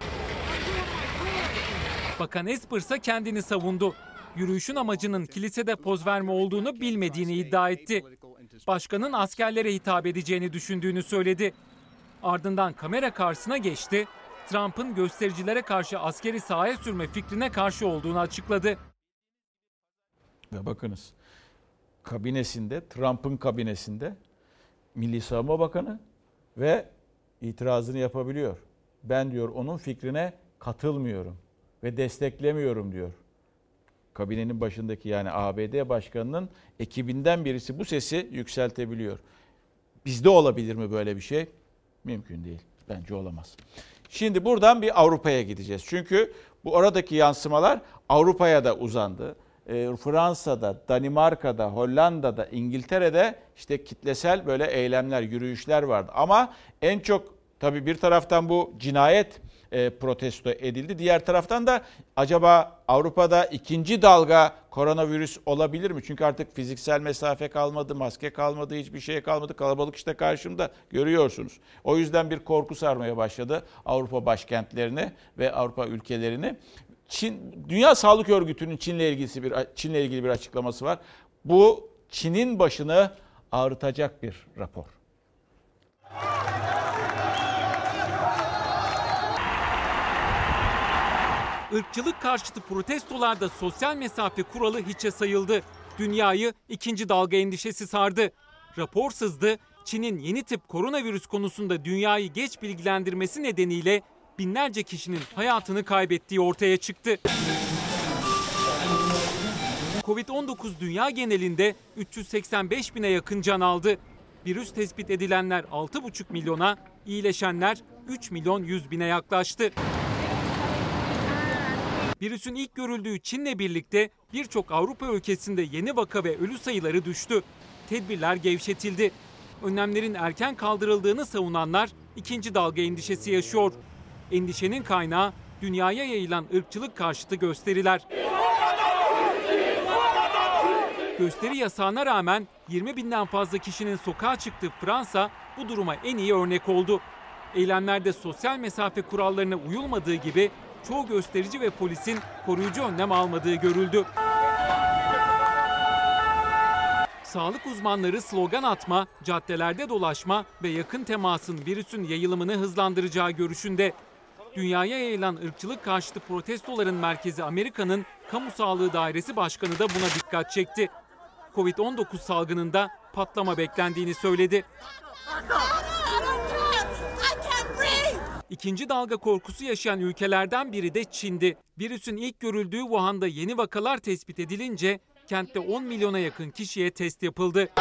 S7: Bakan Esper ise kendini savundu. Yürüyüşün amacının kilisede poz verme olduğunu bilmediğini iddia etti. Başkanın askerlere hitap edeceğini düşündüğünü söyledi. Ardından kamera karşısına geçti. Trump'ın göstericilere karşı askeri sahaya sürme fikrine karşı olduğunu açıkladı.
S1: Ve bakınız, Trump'ın kabinesinde Milli Savunma Bakanı ve itirazını yapabiliyor. Ben diyor onun fikrine katılmıyorum ve desteklemiyorum diyor. Kabinenin başındaki yani ABD Başkanı'nın ekibinden birisi bu sesi yükseltebiliyor. Bizde olabilir mi böyle bir şey? Mümkün değil. Bence olamaz. Şimdi buradan bir Avrupa'ya gideceğiz. Çünkü bu oradaki yansımalar Avrupa'ya da uzandı. Fransa'da, Danimarka'da, Hollanda'da, İngiltere'de işte kitlesel böyle eylemler, yürüyüşler vardı. Ama en çok tabii bir taraftan bu cinayet protesto edildi. Diğer taraftan da acaba Avrupa'da ikinci dalga koronavirüs olabilir mi? Çünkü artık fiziksel mesafe kalmadı, maske kalmadı, hiçbir şey kalmadı. Kalabalık işte karşımda görüyorsunuz. O yüzden bir korku sarmaya başladı Avrupa başkentlerini ve Avrupa ülkelerini. Dünya Sağlık Örgütü'nün Çin'le ilgili bir açıklaması var. Bu Çin'in başını ağrıtacak bir rapor.
S7: Irkçılık karşıtı protestolarda sosyal mesafe kuralı hiçe sayıldı. Dünyayı ikinci dalga endişesi sardı. Rapor sızdı. Çin'in yeni tip koronavirüs konusunda dünyayı geç bilgilendirmesi nedeniyle binlerce kişinin hayatını kaybettiği ortaya çıktı. Covid-19 dünya genelinde 385 bine yakın can aldı. Virüs tespit edilenler 6,5 milyona, iyileşenler 3 milyon 100 bine yaklaştı. Virüsün ilk görüldüğü Çin'le birlikte birçok Avrupa ülkesinde yeni vaka ve ölü sayıları düştü. Tedbirler gevşetildi. Önlemlerin erken kaldırıldığını savunanlar ikinci dalga endişesi yaşıyor. Endişenin kaynağı dünyaya yayılan ırkçılık karşıtı gösteriler. Gösteri yasağına rağmen 20 binden fazla kişinin sokağa çıktığı Fransa bu duruma en iyi örnek oldu. Eylemlerde sosyal mesafe kurallarına uyulmadığı gibi çoğu gösterici ve polisin koruyucu önlem almadığı görüldü. Sağlık uzmanları slogan atma, caddelerde dolaşma ve yakın temasın virüsün yayılımını hızlandıracağı görüşünde. Dünyaya yayılan ırkçılık karşıtı protestoların merkezi Amerika'nın Kamu Sağlığı Dairesi Başkanı da buna dikkat çekti. Covid-19 salgınında patlama beklendiğini söyledi. İkinci dalga korkusu yaşayan ülkelerden biri de Çin'di. Virüsün ilk görüldüğü Wuhan'da yeni vakalar tespit edilince kentte 10 milyona yakın kişiye test yapıldı.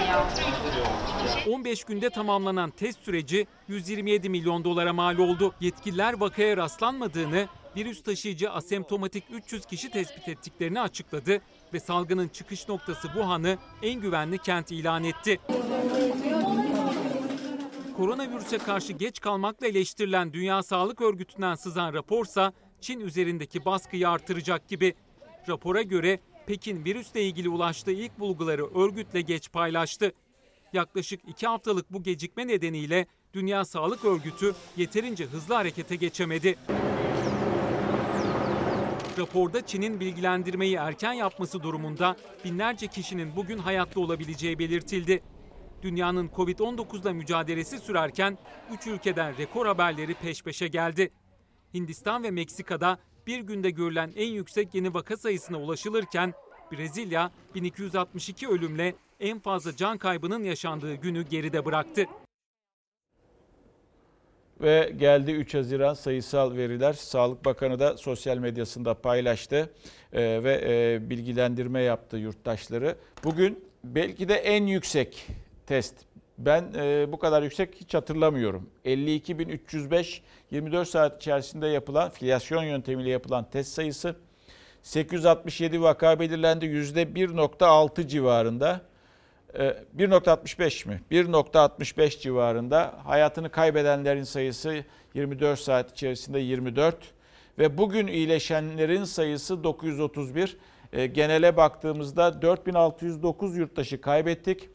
S7: 15 günde tamamlanan test süreci 127 milyon dolara mal oldu. Yetkililer vakaya rastlanmadığını, virüs taşıyıcı asemptomatik 300 kişi tespit ettiklerini açıkladı ve salgının çıkış noktası Wuhan'ı en güvenli kent ilan etti. Koronavirüse karşı geç kalmakla eleştirilen Dünya Sağlık Örgütü'nden sızan raporsa Çin üzerindeki baskıyı artıracak gibi. Rapora göre Pekin virüsle ilgili ulaştığı ilk bulguları örgütle geç paylaştı. Yaklaşık 2 haftalık bu gecikme nedeniyle Dünya Sağlık Örgütü yeterince hızlı harekete geçemedi. Raporda Çin'in bilgilendirmeyi erken yapması durumunda binlerce kişinin bugün hayatta olabileceği belirtildi. Dünyanın Covid-19'la mücadelesi sürerken 3 ülkeden rekor haberleri peş peşe geldi. Hindistan ve Meksika'da bir günde görülen en yüksek yeni vaka sayısına ulaşılırken Brezilya 1262 ölümle en fazla can kaybının yaşandığı günü geride bıraktı.
S1: Ve geldi 3 Haziran sayısal veriler. Sağlık Bakanı da sosyal medyasında paylaştı ve bilgilendirme yaptı yurttaşları. Bugün belki de en yüksek test. Ben bu kadar yüksek hiç hatırlamıyorum. 52.305 24 saat içerisinde yapılan filyasyon yöntemiyle yapılan test sayısı. 867 vaka belirlendi. %1.6 civarında. 1.65 mi? 1.65 civarında. Hayatını kaybedenlerin sayısı 24 saat içerisinde 24. Ve bugün iyileşenlerin sayısı 931. Genele baktığımızda 4609 yurttaşı kaybettik.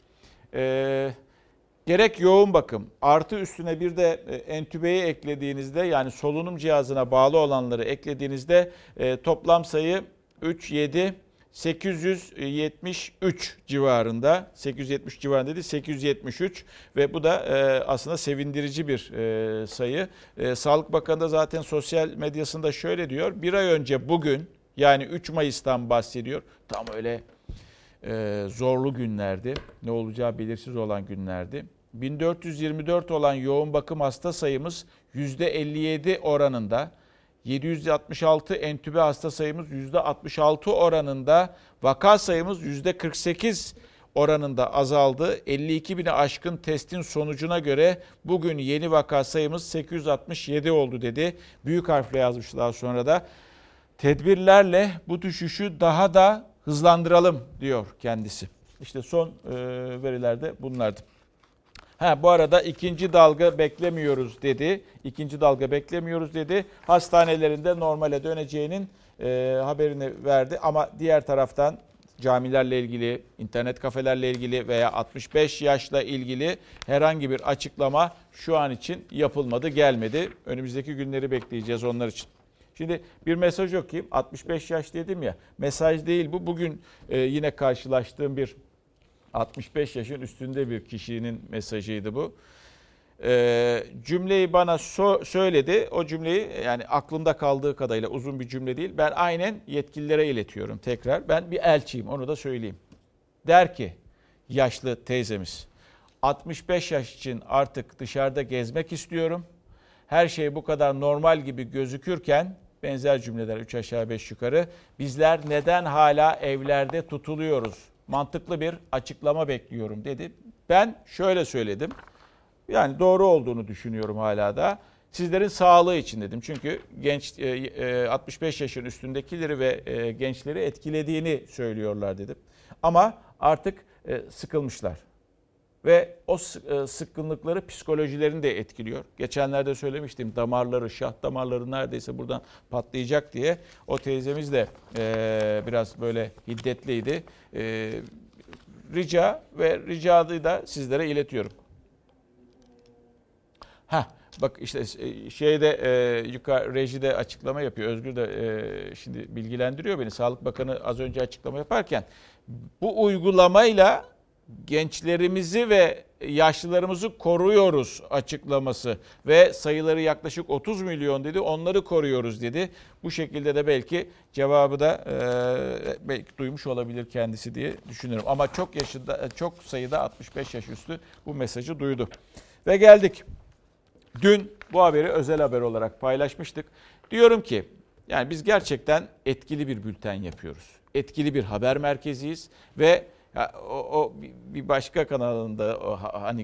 S1: Gerek yoğun bakım artı üstüne bir de entübeyi eklediğinizde yani solunum cihazına bağlı olanları eklediğinizde toplam sayı 3, 7, 873 civarında, 870 civarında değil, 873 ve bu da aslında sevindirici bir sayı. Sağlık Bakanı da zaten sosyal medyasında şöyle diyor: bir ay önce bugün, yani 3 Mayıs'tan bahsediyor. Tam öyle zorlu günlerdi, ne olacağı belirsiz olan günlerdi. 1424 olan yoğun bakım hasta sayımız %57 oranında, 766 entübe hasta sayımız %66 oranında, vaka sayımız %48 oranında azaldı. 52.000'i aşkın testin sonucuna göre bugün yeni vaka sayımız 867 oldu dedi. Büyük harfle yazmış daha sonra da. Tedbirlerle bu düşüşü daha da hızlandıralım diyor kendisi. İşte son veriler de bunlardı. Bu arada ikinci dalga beklemiyoruz dedi. İkinci dalga beklemiyoruz dedi. Hastanelerinde normale döneceğinin haberini verdi. Ama diğer taraftan camilerle ilgili, internet kafelerle ilgili veya 65 yaşla ilgili herhangi bir açıklama şu an için yapılmadı, gelmedi. Önümüzdeki günleri bekleyeceğiz onlar için. Şimdi bir mesaj okuyayım. 65 yaş dedim ya, mesaj değil bu. Bugün yine karşılaştığım bir 65 yaşın üstünde bir kişinin mesajıydı bu. Cümleyi bana söyledi. O cümleyi, yani aklımda kaldığı kadarıyla uzun bir cümle değil. Ben aynen yetkililere iletiyorum tekrar. Ben bir elçiyim, onu da söyleyeyim. Der ki yaşlı teyzemiz, 65 yaş için artık dışarıda gezmek istiyorum. Her şey bu kadar normal gibi gözükürken, benzer cümleler 3 aşağı 5 yukarı, bizler neden hala evlerde tutuluyoruz? Mantıklı bir açıklama bekliyorum dedi. Ben şöyle söyledim. Yani doğru olduğunu düşünüyorum hala da. Sizlerin sağlığı için dedim. Çünkü genç 65 yaşın üstündekileri ve gençleri etkilediğini söylüyorlar dedim. Ama artık sıkılmışlar. Ve o sıkkınlıkları psikolojilerini de etkiliyor. Geçenlerde söylemiştim, damarları, şah damarları neredeyse buradan patlayacak diye. O teyzemiz de biraz böyle hiddetliydi. Ricayı da sizlere iletiyorum. Bak işte yukarı rejide açıklama yapıyor. Özgür de şimdi bilgilendiriyor beni. Sağlık Bakanı az önce açıklama yaparken bu uygulamayla gençlerimizi ve yaşlılarımızı koruyoruz açıklaması ve sayıları yaklaşık 30 milyon dedi, onları koruyoruz dedi. Bu şekilde de belki cevabı da belki duymuş olabilir kendisi diye düşünüyorum. Ama çok sayıda 65 yaş üstü bu mesajı duydu. Ve geldik. Dün bu haberi özel haber olarak paylaşmıştık. Diyorum ki yani biz gerçekten etkili bir bülten yapıyoruz. Etkili bir haber merkeziyiz ve o bir başka kanalında hani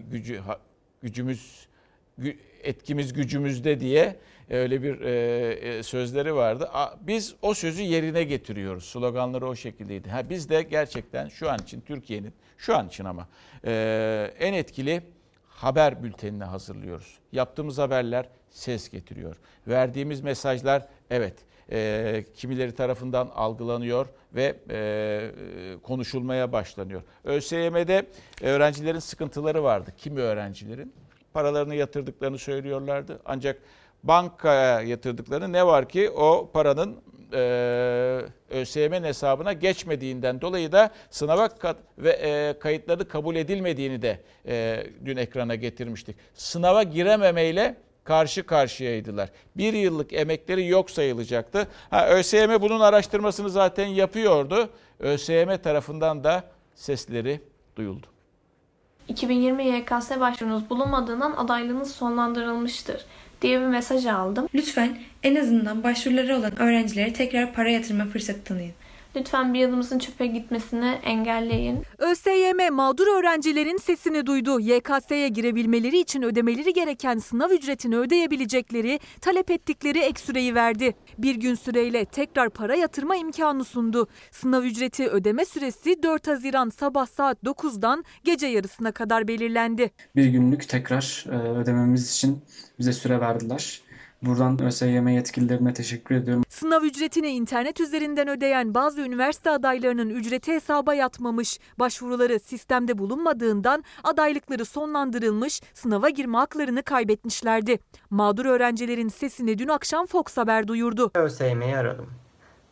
S1: etkimiz gücümüzde diye öyle bir sözleri vardı. Biz o sözü yerine getiriyoruz. Sloganları o şekildeydi. Biz de gerçekten şu an için Türkiye'nin şu an için ama en etkili haber bültenini hazırlıyoruz. Yaptığımız haberler ses getiriyor. Verdiğimiz mesajlar kimileri tarafından algılanıyor ve konuşulmaya başlanıyor. ÖSYM'de öğrencilerin sıkıntıları vardı. Kimi öğrencilerin? Paralarını yatırdıklarını söylüyorlardı. Ancak bankaya yatırdıklarını, ne var ki o paranın ÖSYM'nin hesabına geçmediğinden dolayı da sınava kayıtları kabul edilmediğini de dün ekrana getirmiştik. Sınava girememeyle karşı karşıyaydılar. Bir yıllık emekleri yok sayılacaktı. ÖSYM bunun araştırmasını zaten yapıyordu. ÖSYM tarafından da sesleri duyuldu.
S9: 2020 YKS başvurunuz bulunmadığından adaylığınız sonlandırılmıştır diye bir mesaj aldım.
S13: Lütfen en azından başvuruları olan öğrencilere tekrar para yatırma fırsatı tanıyın.
S9: Lütfen bir yılımızın çöpe gitmesini engelleyin.
S21: ÖSYM mağdur öğrencilerin sesini duydu. YKS'ye girebilmeleri için ödemeleri gereken sınav ücretini ödeyebilecekleri, talep ettikleri ek süreyi verdi. Bir gün süreyle tekrar para yatırma imkanı sundu. Sınav ücreti ödeme süresi 4 Haziran sabah saat 9'dan gece yarısına kadar belirlendi.
S22: Bir günlük tekrar ödememiz için bize süre verdiler. Buradan ÖSYM yetkililerine teşekkür ediyorum.
S21: Sınav ücretini internet üzerinden ödeyen bazı üniversite adaylarının ücreti hesaba yatmamış. Başvuruları sistemde bulunmadığından adaylıkları sonlandırılmış, sınava girme haklarını kaybetmişlerdi. Mağdur öğrencilerin sesini dün akşam Fox Haber duyurdu.
S23: ÖSYM'yi aradım.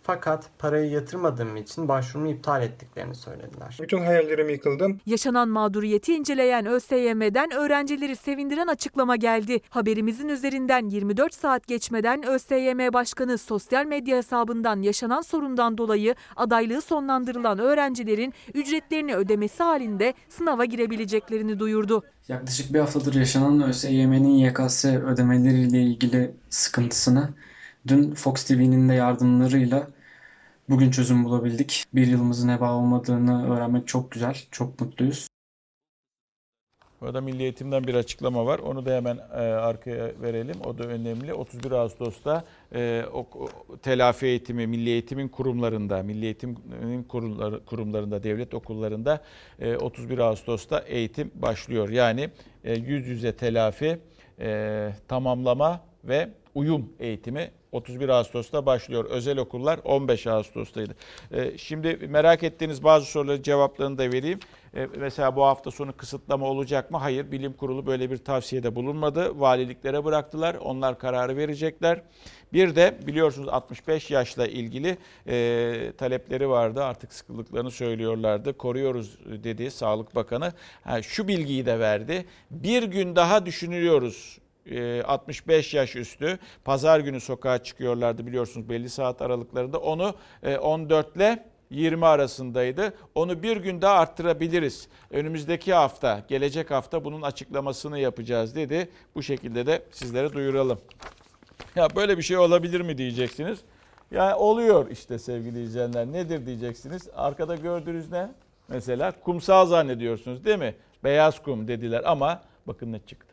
S5: Fakat parayı yatırmadığım için başvurumu iptal ettiklerini söylediler.
S15: Bütün hayallerim yıkıldı.
S21: Yaşanan mağduriyeti inceleyen ÖSYM'den öğrencileri sevindiren açıklama geldi. Haberimizin üzerinden 24 saat geçmeden ÖSYM Başkanı sosyal medya hesabından yaşanan sorundan dolayı adaylığı sonlandırılan öğrencilerin ücretlerini ödemesi halinde sınava girebileceklerini duyurdu.
S22: Yaklaşık bir haftadır yaşanan ÖSYM'nin YKS ödemeleriyle ilgili sıkıntısını dün Fox TV'nin de yardımlarıyla bugün çözüm bulabildik. Bir yılımızın heba olmadığını öğrenmek çok güzel, çok mutluyuz.
S1: Burada Milli Eğitim'den bir açıklama var. Onu da hemen arkaya verelim. O da önemli. 31 Ağustos'ta telafi eğitimi, Milli Eğitim'in kurumlarında, Milli Eğitim'in kurumlarında, devlet okullarında 31 Ağustos'ta eğitim başlıyor. Yani yüz yüze telafi, tamamlama ve uyum eğitimi 31 Ağustos'ta başlıyor. Özel okullar 15 Ağustos'taydı. Şimdi merak ettiğiniz bazı soruların cevaplarını da vereyim. Mesela bu hafta sonu kısıtlama olacak mı? Hayır, Bilim Kurulu böyle bir tavsiyede bulunmadı. Valiliklere bıraktılar. Onlar kararı verecekler. Bir de biliyorsunuz 65 yaşla ilgili talepleri vardı. Artık sıkıldıklarını söylüyorlardı. Koruyoruz dedi Sağlık Bakanı. Şu bilgiyi de verdi. Bir gün daha düşünüyoruz. 65 yaş üstü pazar günü sokağa çıkıyorlardı biliyorsunuz belli saat aralıklarında. Onu 14 ile 20 arasındaydı. Onu bir gün daha arttırabiliriz. Önümüzdeki hafta, gelecek hafta bunun açıklamasını yapacağız dedi. Bu şekilde de sizlere duyuralım. Ya böyle bir şey olabilir mi diyeceksiniz. Yani oluyor işte sevgili izleyenler. Nedir diyeceksiniz. Arkada gördüğünüz ne? Mesela kumsal zannediyorsunuz değil mi? Beyaz kum dediler ama bakın ne çıktı.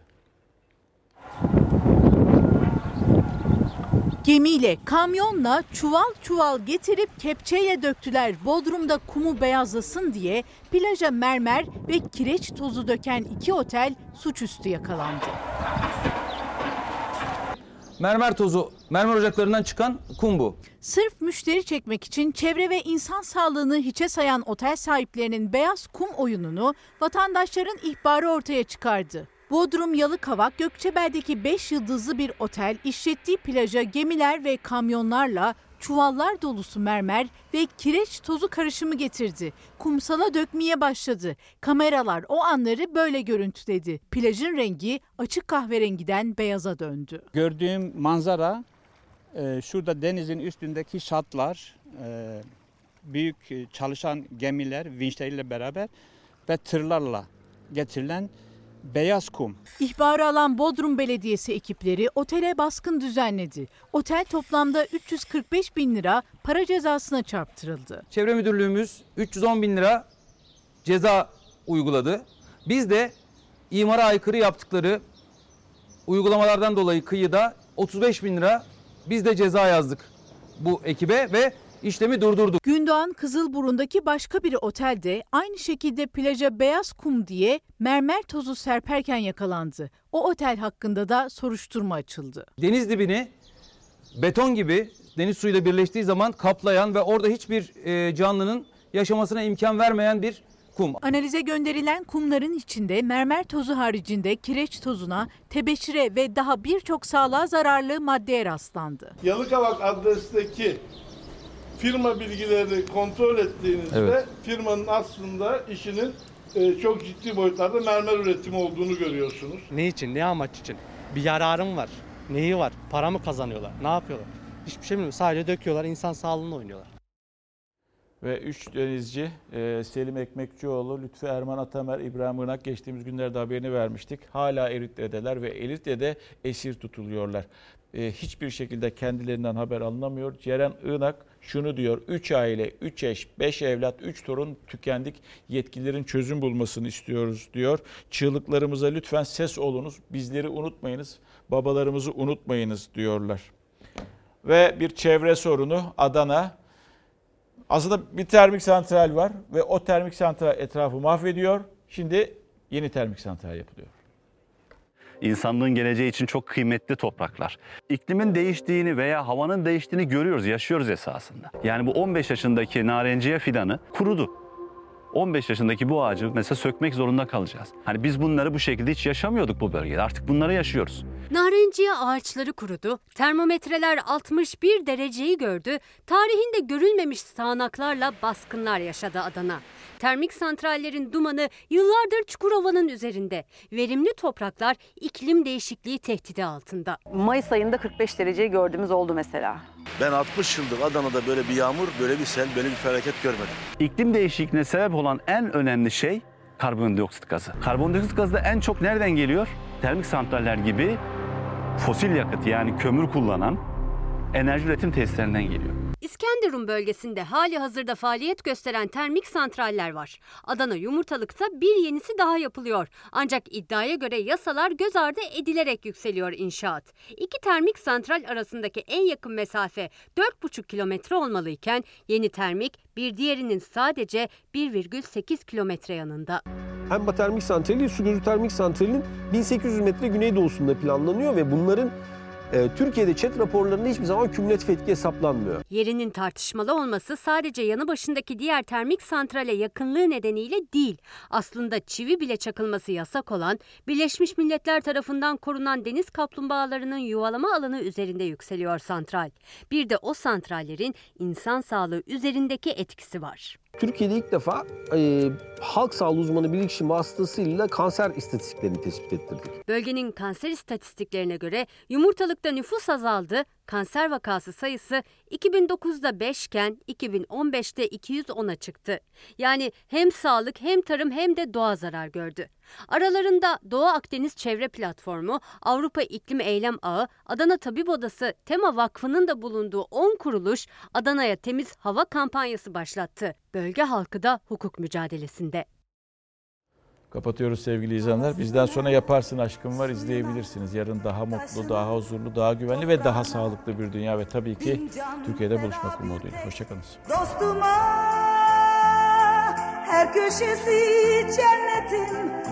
S23: Gemiyle, kamyonla çuval çuval getirip kepçeyle döktüler. Bodrum'da kumu beyazlasın diye plaja mermer ve kireç tozu döken 2 otel suçüstü yakalandı.
S24: Mermer tozu, mermer ocaklarından çıkan kum bu.
S23: Sırf müşteri çekmek için çevre ve insan sağlığını hiçe sayan otel sahiplerinin beyaz kum oyununu vatandaşların ihbarı ortaya çıkardı. Bodrum Yalıkavak Gökçebel'deki 5 yıldızlı bir otel işlettiği plaja gemiler ve kamyonlarla çuvallar dolusu mermer ve kireç tozu karışımı getirdi. Kumsala dökmeye başladı. Kameralar o anları böyle görüntüledi. Plajın rengi açık kahverengiden beyaza döndü.
S25: Gördüğüm manzara şurada denizin üstündeki şatlar, büyük çalışan gemiler vinçleriyle beraber ve tırlarla getirilen beyaz kum.
S23: İhbarı alan Bodrum Belediyesi ekipleri otele baskın düzenledi. Otel toplamda 345 bin lira para cezasına çarptırıldı.
S24: Çevre Müdürlüğümüz 310 bin lira ceza uyguladı. Biz de imara aykırı yaptıkları uygulamalardan dolayı kıyıda 35 bin lira biz de ceza yazdık bu ekibe ve işlemi durdurduk.
S23: Gündoğan Kızılburun'daki başka bir otelde aynı şekilde plaja beyaz kum diye mermer tozu serperken yakalandı. O otel hakkında da soruşturma açıldı.
S24: Deniz dibini beton gibi deniz suyuyla birleştiği zaman kaplayan ve orada hiçbir canlının yaşamasına imkan vermeyen bir kum.
S23: Analize gönderilen kumların içinde mermer tozu haricinde kireç tozuna, tebeşire ve daha birçok sağlığa zararlı maddeye rastlandı.
S26: Yalıkavak adresteki firma bilgilerini kontrol ettiğinizde firmanın aslında işinin çok ciddi boyutlarda mermer üretimi olduğunu görüyorsunuz.
S27: Ne için, ne amaç için? Bir yararım var, neyi var, para mı kazanıyorlar, ne yapıyorlar? Hiçbir şey bilmiyorum, sadece döküyorlar, insan sağlığına oynuyorlar.
S1: Ve 3 denizci Selim Ekmekçioğlu, Lütfü Erman Atamer, İbrahim Inak geçtiğimiz günlerde haberini vermiştik. Hala Eritre'deler ve Eritre'de esir tutuluyorlar. Hiçbir şekilde kendilerinden haber alınamıyor. Ceren Inak şunu diyor: 3 aile, 3 eş, 5 evlat, 3 torun tükendik. Yetkililerin çözüm bulmasını istiyoruz diyor. Çığlıklarımıza lütfen ses olunuz. Bizleri unutmayınız. Babalarımızı unutmayınız diyorlar. Ve bir çevre sorunu Adana. Aslında bir termik santral var ve o termik santral etrafı mahvediyor. Şimdi yeni termik santral yapılıyor.
S28: İnsanlığın geleceği için çok kıymetli topraklar. İklimin değiştiğini veya havanın değiştiğini görüyoruz, yaşıyoruz esasında. Yani bu 15 yaşındaki narenciye fidanı kurudu. 15 yaşındaki bu ağacı mesela sökmek zorunda kalacağız. Hani biz bunları bu şekilde hiç yaşamıyorduk bu bölgede. Artık bunları yaşıyoruz.
S3: Narenciye ağaçları kurudu, termometreler 61 dereceyi gördü, tarihinde görülmemiş sağanaklarla baskınlar yaşadı Adana. Termik santrallerin dumanı yıllardır Çukurova'nın üzerinde. Verimli topraklar iklim değişikliği tehdidi altında.
S4: Mayıs ayında 45 dereceyi gördüğümüz oldu mesela.
S8: Ben 60 yıldır Adana'da böyle bir yağmur, böyle bir sel, böyle bir felaket görmedim.
S28: İklim değişikliğine sebep olan en önemli şey karbondioksit gazı. Karbondioksit gazı da en çok nereden geliyor? Termik santraller gibi fosil yakıt yani kömür kullanan enerji üretim tesislerinden geliyor.
S3: İskenderun bölgesinde hali hazırda faaliyet gösteren termik santraller var. Adana Yumurtalık'ta bir yenisi daha yapılıyor. Ancak iddiaya göre yasalar göz ardı edilerek yükseliyor inşaat. İki termik santral arasındaki en yakın mesafe 4,5 kilometre olmalıyken yeni termik bir diğerinin sadece 1,8 kilometre yanında.
S10: Hemba Termik Santrali, Sugözü Termik Santrali'nin 1800 metre güneydoğusunda planlanıyor ve bunların Türkiye'de ÇED raporlarında hiçbir zaman kümülatif etki hesaplanmıyor.
S3: Yerinin tartışmalı olması sadece yanı başındaki diğer termik santrale yakınlığı nedeniyle değil. Aslında çivi bile çakılması yasak olan, Birleşmiş Milletler tarafından korunan deniz kaplumbağalarının yuvalama alanı üzerinde yükseliyor santral. Bir de o santrallerin insan sağlığı üzerindeki etkisi var.
S10: Türkiye'de ilk defa halk sağlığı uzmanı bilirkişi vasıtasıyla kanser istatistiklerini tespit ettirdik.
S3: Bölgenin kanser istatistiklerine göre Yumurtalık'ta nüfus azaldı, kanser vakası sayısı 2009'da 5 iken 2015'te 210'a çıktı. Yani hem sağlık hem tarım hem de doğa zarar gördü. Aralarında Doğu Akdeniz Çevre Platformu, Avrupa İklim Eylem Ağı, Adana Tabip Odası, Tema Vakfı'nın da bulunduğu 10 kuruluş Adana'ya temiz hava kampanyası başlattı. Bölge halkı da hukuk mücadelesinde.
S1: Kapatıyoruz sevgili izleyenler. Bizden sonra Yaparsın Aşkım Var izleyebilirsiniz. Yarın daha mutlu, daha huzurlu, daha güvenli ve daha sağlıklı bir dünya ve tabii ki Türkiye'de buluşmak umuduyla. Hoşçakalın.
S14: Dostuma her köşesi cennetin